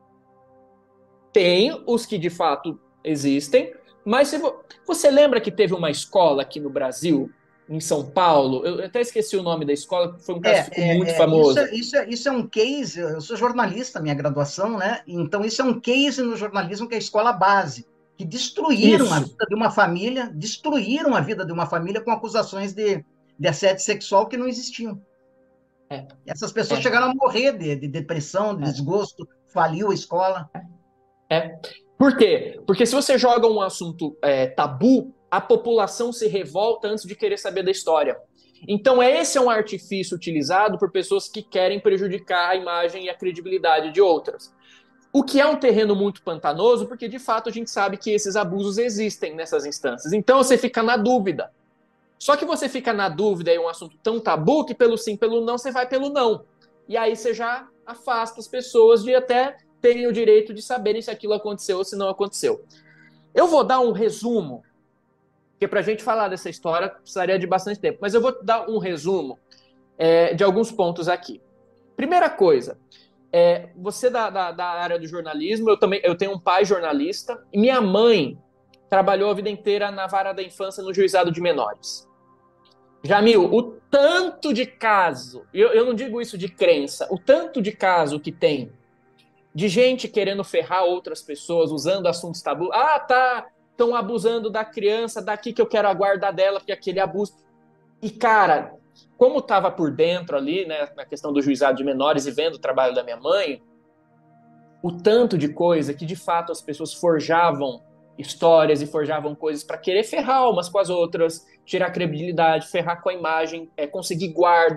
Tem os que de fato existem, mas você lembra que teve uma escola aqui no Brasil, em São Paulo? Eu até esqueci o nome da escola, foi um caso que ficou muito famoso. Isso é um case, eu sou jornalista, minha graduação, né? Então isso é um case no jornalismo que é a escola base, que destruíram a vida de uma família, com acusações de assédio sexual que não existiam. Essas pessoas chegaram a morrer de depressão, de desgosto, faliu a escola. Por quê? Porque se você joga um assunto tabu, a população se revolta antes de querer saber da história. Então esse é um artifício utilizado por pessoas que querem prejudicar a imagem e a credibilidade de outras. O que é um terreno muito pantanoso, porque de fato a gente sabe que esses abusos existem nessas instâncias. Então você fica na dúvida. Só que você fica na dúvida em um assunto tão tabu que pelo sim, pelo não, você vai pelo não. E aí você já afasta as pessoas de até terem o direito de saberem se aquilo aconteceu ou se não aconteceu. Eu vou dar um resumo, porque para a gente falar dessa história precisaria de bastante tempo, mas eu vou dar um resumo de alguns pontos aqui. Primeira coisa, você da área do jornalismo, eu tenho um pai jornalista, e minha mãe trabalhou a vida inteira na vara da infância no juizado de menores. Jamil, o tanto de caso, eu não digo isso de crença, o tanto de caso que tem de gente querendo ferrar outras pessoas, usando assuntos tabu. Estão abusando da criança, daqui que eu quero a guarda dela, porque aquele abuso. E, cara, como estava por dentro ali, né, na questão do juizado de menores e vendo o trabalho da minha mãe, o tanto de coisa que, de fato, as pessoas forjavam histórias e forjavam coisas para querer ferrar umas com as outras, tirar credibilidade, ferrar com a imagem, conseguir guarda,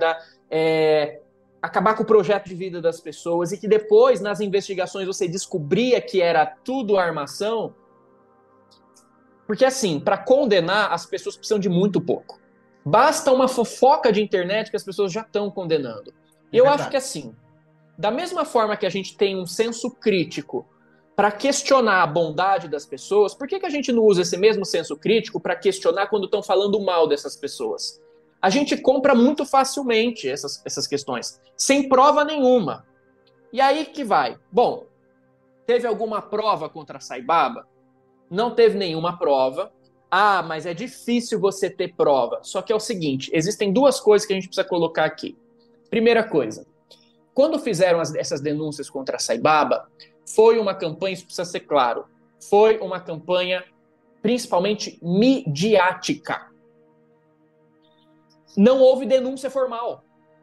acabar com o projeto de vida das pessoas e que depois, nas investigações, você descobria que era tudo armação. Porque, assim, para condenar, as pessoas precisam de muito pouco. Basta uma fofoca de internet que as pessoas já estão condenando. É Eu acho que, verdade. assim, da mesma forma que a gente tem um senso crítico para questionar a bondade das pessoas, por que a gente não usa esse mesmo senso crítico para questionar quando estão falando mal dessas pessoas? A gente compra muito facilmente essas questões, sem prova nenhuma. E aí que vai. Bom, teve alguma prova contra a Saibaba? Não teve nenhuma prova. Ah, mas é difícil você ter prova. Só que é o seguinte, existem duas coisas que a gente precisa colocar aqui. Primeira coisa, quando fizeram essas denúncias contra a Saibaba, foi uma campanha, isso precisa ser claro, foi uma campanha principalmente midiática. Não houve denúncia formal.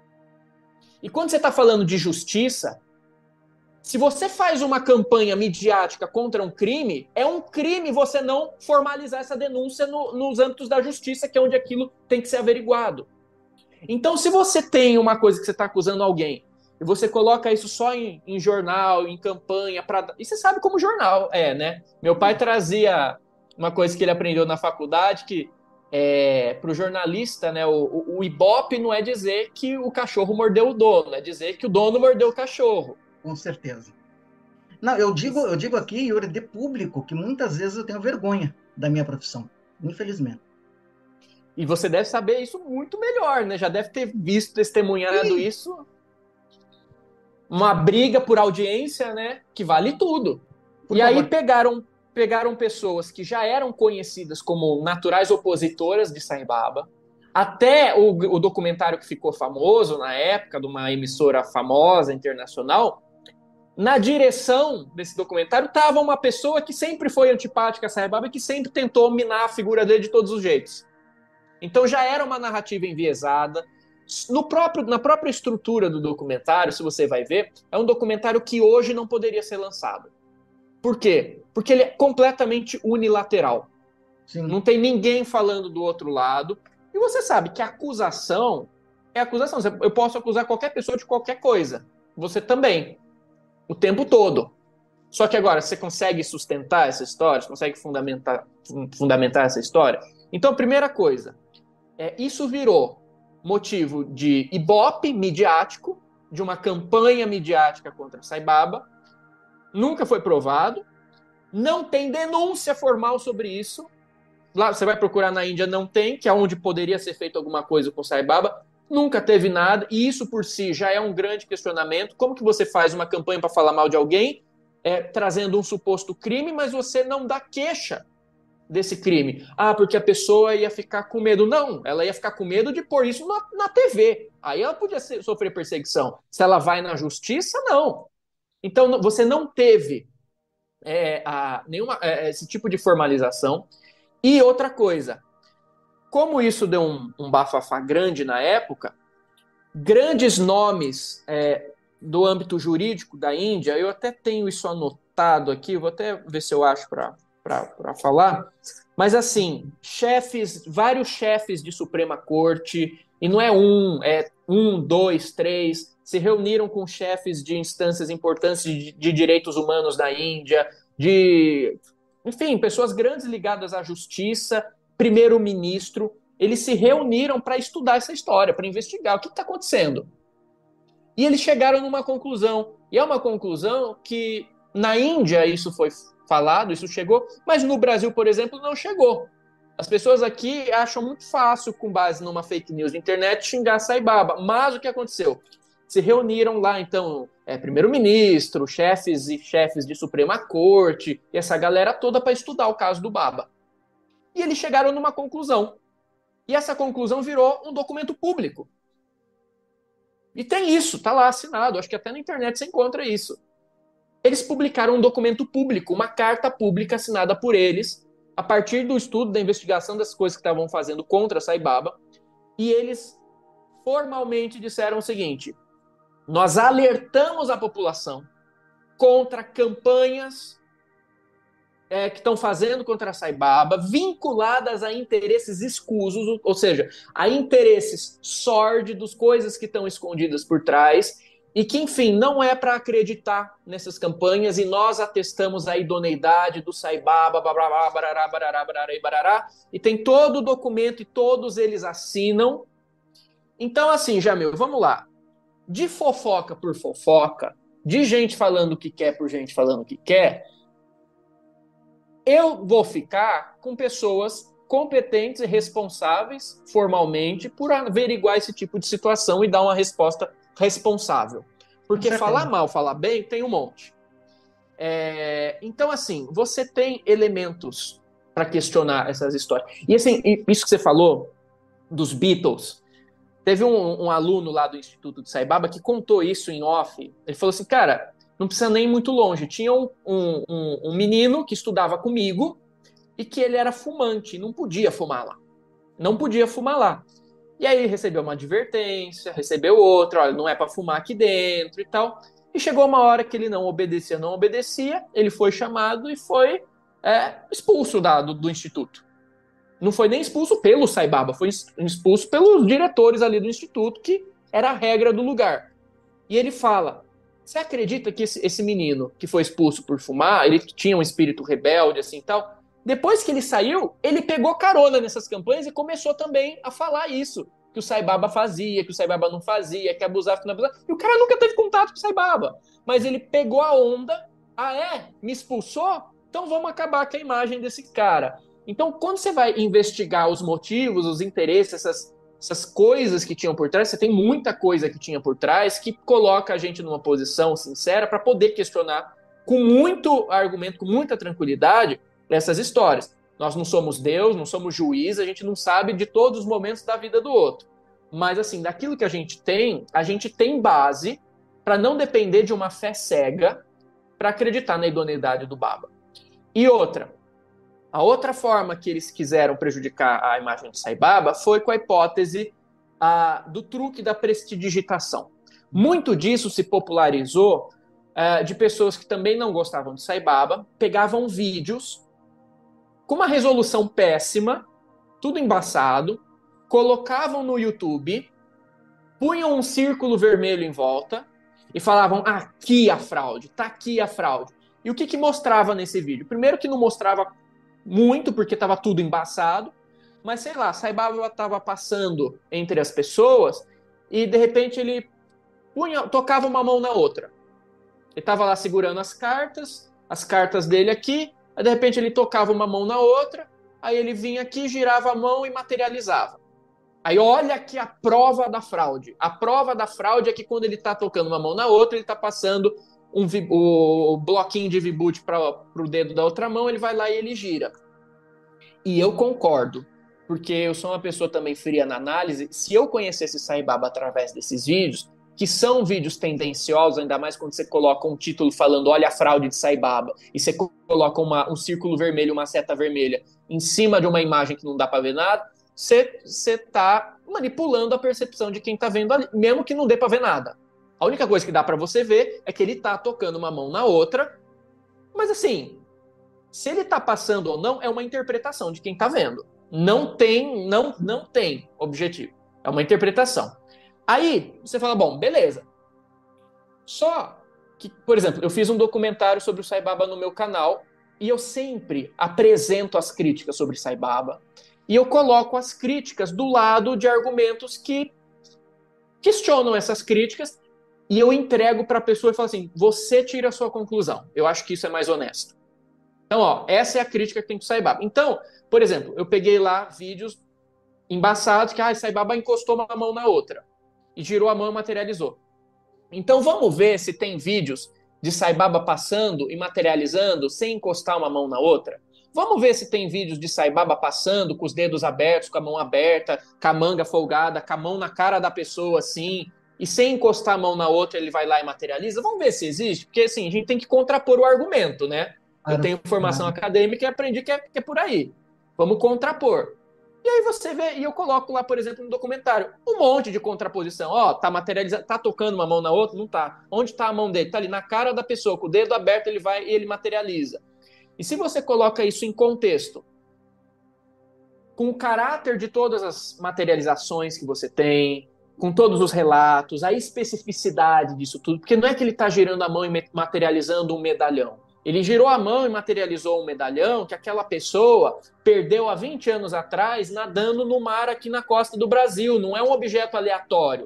E quando você está falando de justiça, se você faz uma campanha midiática contra um crime, é um crime você não formalizar essa denúncia nos âmbitos da justiça, que é onde aquilo tem que ser averiguado. Então, se você tem uma coisa que você está acusando alguém, e você coloca isso só em jornal, em campanha, e você sabe como jornal é, né? Meu pai trazia uma coisa que ele aprendeu na faculdade, que para o jornalista, né, o Ibope não é dizer que o cachorro mordeu o dono, é dizer que o dono mordeu o cachorro. Com certeza. Não, eu digo aqui, Yuri, de público, que muitas vezes eu tenho vergonha da minha profissão, infelizmente. E você deve saber isso muito melhor, né? Já deve ter visto, testemunhado isso. Uma briga por audiência, né? Que vale tudo. Por E aí favor. pegaram pessoas que já eram conhecidas como naturais opositoras de Saibaba. Até o documentário que ficou famoso na época, de uma emissora famosa, internacional, na direção desse documentário estava uma pessoa que sempre foi antipática a Saibaba e que sempre tentou minar a figura dele de todos os jeitos. Então já era uma narrativa enviesada. Na própria estrutura do documentário, se você vai ver, é um documentário que hoje não poderia ser lançado. Por quê? Porque ele é completamente unilateral. Sim. Não tem ninguém falando do outro lado. E você sabe que a acusação é acusação. Eu posso acusar qualquer pessoa de qualquer coisa. Você também. O tempo todo. Só que agora, você consegue sustentar essa história? Você consegue fundamentar essa história? Então, primeira coisa, isso virou motivo de ibope midiático, de uma campanha midiática contra a Saibaba. Nunca foi provado. Não tem denúncia formal sobre isso. Lá você vai procurar na Índia, não tem, que é onde poderia ser feito alguma coisa com Saibaba. Nunca teve nada, e isso por si já é um grande questionamento. Como que você faz uma campanha para falar mal de alguém, trazendo um suposto crime, mas você não dá queixa desse crime? Ah, porque a pessoa ia ficar com medo. Não, ela ia ficar com medo de pôr isso na TV. Aí ela podia sofrer perseguição. Se ela vai na justiça, não. Então, você não teve esse tipo de formalização. E outra coisa, como isso deu um bafafá grande na época, grandes nomes do âmbito jurídico da Índia, eu até tenho isso anotado aqui, vou até ver se eu acho para falar, mas assim, vários chefes de Suprema Corte, e não é um, dois, três, se reuniram com chefes de instâncias importantes de direitos humanos da Índia, enfim, pessoas grandes ligadas à justiça, primeiro-ministro, eles se reuniram para estudar essa história, para investigar o que está acontecendo. E eles chegaram numa conclusão, e é uma conclusão que na Índia isso foi falado, isso chegou, mas no Brasil, por exemplo, não chegou. As pessoas aqui acham muito fácil, com base numa fake news de internet, xingar Saibaba, mas o que aconteceu? Se reuniram lá, então, primeiro-ministro, chefes e chefes de Suprema Corte, e essa galera toda para estudar o caso do Baba. E eles chegaram numa conclusão. E essa conclusão virou um documento público. E tem isso, tá lá assinado, acho que até na internet você encontra isso. Eles publicaram um documento público, uma carta pública assinada por eles, a partir do estudo, da investigação das coisas que estavam fazendo contra a Saibaba, e eles formalmente disseram o seguinte: nós alertamos a população contra campanhas que estão fazendo contra a Sai Baba, vinculadas a interesses escusos, ou seja, a interesses sórdidos, coisas que estão escondidas por trás, e que, enfim, não é para acreditar nessas campanhas, e nós atestamos a idoneidade do Sai Baba, barará, barará, barará, barará, barará, e tem todo o documento e todos eles assinam. Então, assim, Jamil, vamos lá. De fofoca por fofoca, de gente falando o que quer por gente falando o que quer, eu vou ficar com pessoas competentes e responsáveis formalmente por averiguar esse tipo de situação e dar uma resposta responsável. Porque falar mal, falar bem, tem um monte. Então, assim, você tem elementos para questionar essas histórias. E, assim, isso que você falou dos Beatles, teve um aluno lá do Instituto de Sai Baba que contou isso em off. Ele falou assim, cara, não precisa nem ir muito longe. Tinha um menino que estudava comigo e que ele era fumante, não podia fumar lá. Não podia fumar lá. E aí ele recebeu uma advertência, recebeu outra, olha, não é para fumar aqui dentro e tal. E chegou uma hora que ele não obedecia, ele foi chamado e foi expulso do instituto. Não foi nem expulso pelo Sai Baba, foi expulso pelos diretores ali do instituto, que era a regra do lugar. E ele fala, você acredita que esse menino que foi expulso por fumar, ele tinha um espírito rebelde, assim, tal, depois que ele saiu, ele pegou carona nessas campanhas e começou também a falar isso, que o Sai Baba fazia, que o Sai Baba não fazia, que abusava, que não abusava, e o cara nunca teve contato com o Sai Baba, mas ele pegou a onda, me expulsou? Então vamos acabar com a imagem desse cara. Então, quando você vai investigar os motivos, os interesses, essas coisas que tinham por trás, você tem muita coisa que tinha por trás que coloca a gente numa posição sincera para poder questionar com muito argumento, com muita tranquilidade, essas histórias. Nós não somos Deus, não somos juiz, a gente não sabe de todos os momentos da vida do outro. Mas, assim, daquilo que a gente tem base para não depender de uma fé cega para acreditar na idoneidade do Baba. E a outra forma que eles quiseram prejudicar a imagem de Sai Baba foi com a hipótese do truque da prestidigitação. Muito disso se popularizou de pessoas que também não gostavam de Sai Baba, pegavam vídeos com uma resolução péssima, tudo embaçado, colocavam no YouTube, punham um círculo vermelho em volta e falavam, aqui a fraude, tá aqui a fraude. E o que mostrava nesse vídeo? Primeiro que não mostrava muito, porque estava tudo embaçado, mas sei lá, Sai Baba estava passando entre as pessoas e de repente ele tocava uma mão na outra. Ele estava lá segurando as cartas dele aqui, aí de repente ele tocava uma mão na outra, aí ele vinha aqui, girava a mão e materializava. Aí olha aqui a prova da fraude. A prova da fraude é que quando ele está tocando uma mão na outra, ele está passando o bloquinho de V-boot para o dedo da outra mão, ele vai lá e ele gira. E eu concordo, porque eu sou uma pessoa também fria na análise. Se eu conhecesse Sai Baba através desses vídeos, que são vídeos tendenciosos, ainda mais quando você coloca um título falando olha a fraude de Sai Baba, e você coloca um círculo vermelho, uma seta vermelha, em cima de uma imagem que não dá para ver nada, você está manipulando a percepção de quem está vendo ali, mesmo que não dê para ver nada. A única coisa que dá para você ver é que ele tá tocando uma mão na outra, mas assim, se ele tá passando ou não, é uma interpretação de quem tá vendo. Não tem objetivo. É uma interpretação. Aí, você fala, bom, beleza. Só que, por exemplo, eu fiz um documentário sobre o Sai Baba no meu canal e eu sempre apresento as críticas sobre Sai Baba e eu coloco as críticas do lado de argumentos que questionam essas críticas. E eu entrego para a pessoa e falo assim, você tira a sua conclusão. Eu acho que isso é mais honesto. Então, essa é a crítica que tem que Sai Baba. Então, por exemplo, eu peguei lá vídeos embaçados que Sai Baba encostou uma mão na outra. E girou a mão e materializou. Então, vamos ver se tem vídeos de Sai Baba passando e materializando sem encostar uma mão na outra. Vamos ver se tem vídeos de Sai Baba passando com os dedos abertos, com a mão aberta, com a manga folgada, com a mão na cara da pessoa assim... E sem encostar a mão na outra, ele vai lá e materializa. Vamos ver se existe, porque assim, a gente tem que contrapor o argumento, né? Eu tenho formação acadêmica e aprendi que é por aí. Vamos contrapor. E aí você vê, e eu coloco lá, por exemplo, no documentário, um monte de contraposição. Tá materializando, tá tocando uma mão na outra? Não tá. Onde tá a mão dele? Tá ali na cara da pessoa, com o dedo aberto ele vai e ele materializa. E se você coloca isso em contexto, com o caráter de todas as materializações que você tem, com todos os relatos, a especificidade disso tudo, porque não é que ele está girando a mão e materializando um medalhão. Ele girou a mão e materializou um medalhão que aquela pessoa perdeu há 20 anos atrás nadando no mar aqui na costa do Brasil. Não é um objeto aleatório.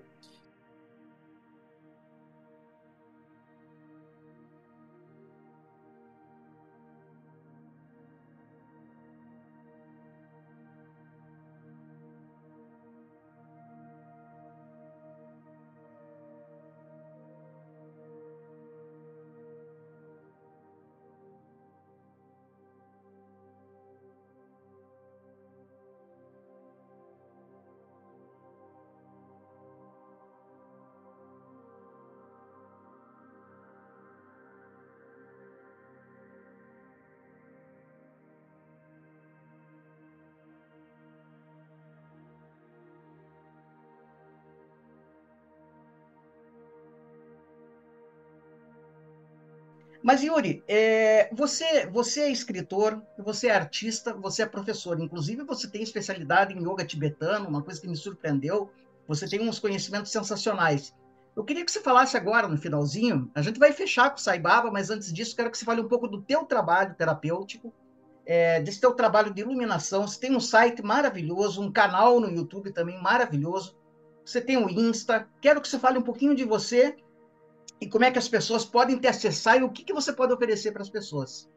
Mas, Yuri, você é escritor, você é artista, você é professor. Inclusive, você tem especialidade em yoga tibetano, uma coisa que me surpreendeu. Você tem uns conhecimentos sensacionais. Eu queria que você falasse agora, no finalzinho, a gente vai fechar com o Sai Baba, mas antes disso, quero que você fale um pouco do teu trabalho terapêutico, desse teu trabalho de iluminação. Você tem um site maravilhoso, um canal no YouTube também maravilhoso. Você tem o Insta. Quero que você fale um pouquinho de você e como é que as pessoas podem te acessar e o que você pode oferecer para as pessoas.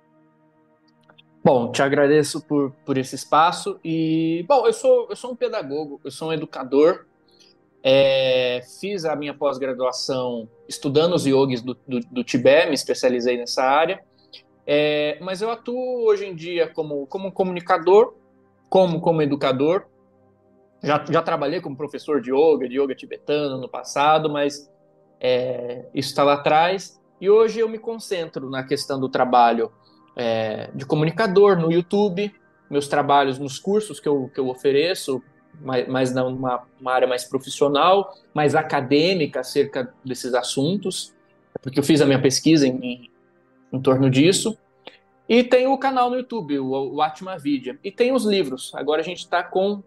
Bom, te agradeço por esse espaço. E, bom, eu sou um pedagogo, eu sou um educador. Fiz a minha pós-graduação estudando os yogis do Tibete, me especializei nessa área. Mas eu atuo hoje em dia como comunicador, como educador. Já trabalhei como professor de yoga tibetano no passado, mas isso está lá atrás. E hoje eu me concentro na questão do trabalho de comunicador no YouTube, meus trabalhos nos cursos que eu ofereço, mas numa área mais profissional, mais acadêmica acerca desses assuntos, porque eu fiz a minha pesquisa em torno disso. E tem o canal no YouTube, o Atma Vidya. E tem os livros. Agora a gente está com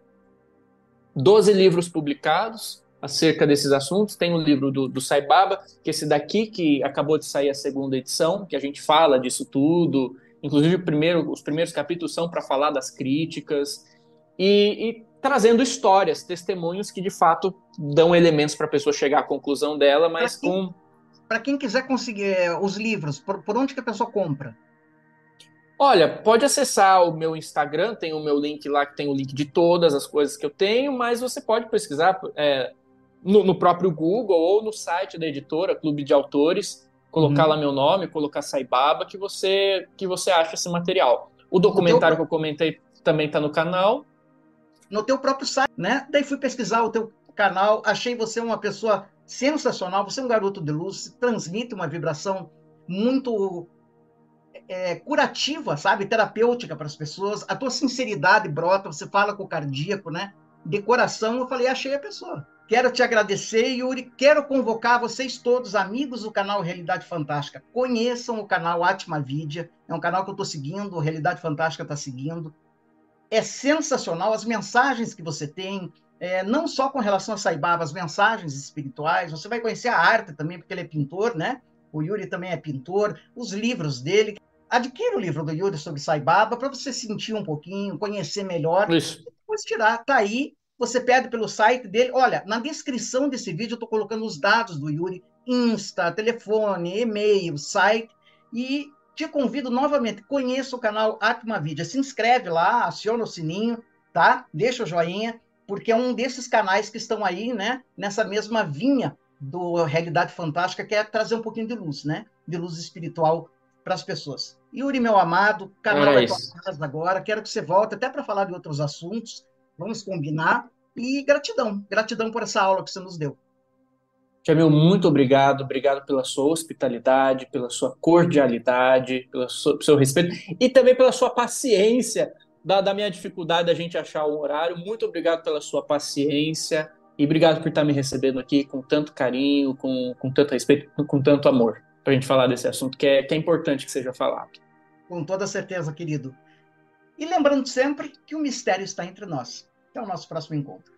12 livros publicados acerca desses assuntos. Tem o livro do Sai Baba, que é esse daqui, que acabou de sair a segunda edição, que a gente fala disso tudo. Inclusive, os primeiros capítulos são para falar das críticas e trazendo histórias, testemunhos que, de fato, dão elementos para a pessoa chegar à conclusão dela, mas Para quem quiser conseguir os livros, por onde que a pessoa compra? Olha, pode acessar o meu Instagram, tem o meu link lá, que tem o link de todas as coisas que eu tenho, mas você pode pesquisar no próprio Google ou no site da editora, Clube de Autores, colocar lá meu nome, colocar Sai Baba, que você acha esse material. O documentário que eu comentei também está no canal. No teu próprio site, né? Daí fui pesquisar o teu canal, achei você uma pessoa sensacional, você é um garoto de luz, transmite uma vibração muito curativa, sabe? Terapêutica para as pessoas. A tua sinceridade brota, você fala com o cardíaco, né? De coração, eu falei, achei a pessoa. Quero te agradecer, Yuri. Quero convocar vocês todos, amigos do canal Realidade Fantástica. Conheçam o canal Atma Vidya. É um canal que eu estou seguindo, Realidade Fantástica está seguindo. É sensacional as mensagens que você tem, não só com relação a Sai Baba, as mensagens espirituais. Você vai conhecer a arte também, porque ele é pintor, né? O Yuri também é pintor. Os livros dele. Adquira o livro do Yuri sobre Sai Baba para você sentir um pouquinho, conhecer melhor. Isso. Depois tirar. Tá aí. Você pede pelo site dele. Olha, na descrição desse vídeo eu estou colocando os dados do Yuri, Insta, telefone, e-mail, site, e te convido novamente, conheça o canal Atma Vidya, se inscreve lá, aciona o sininho, tá? Deixa o joinha, porque é um desses canais que estão aí, né, nessa mesma vinha do Realidade Fantástica, que é trazer um pouquinho de luz, né? De luz espiritual para as pessoas. Yuri, meu amado, o canal é tua casa agora, quero que você volte até para falar de outros assuntos. Vamos combinar. E gratidão. Gratidão por essa aula que você nos deu. Jamil, muito obrigado. Obrigado pela sua hospitalidade, pela sua cordialidade, pelo seu respeito e também pela sua paciência da minha dificuldade da gente achar um horário. Muito obrigado pela sua paciência e obrigado por estar me recebendo aqui com tanto carinho, com tanto respeito, com tanto amor, para a gente falar desse assunto que é importante que seja falado. Com toda certeza, querido. E lembrando sempre que o mistério está entre nós. Até o nosso próximo encontro.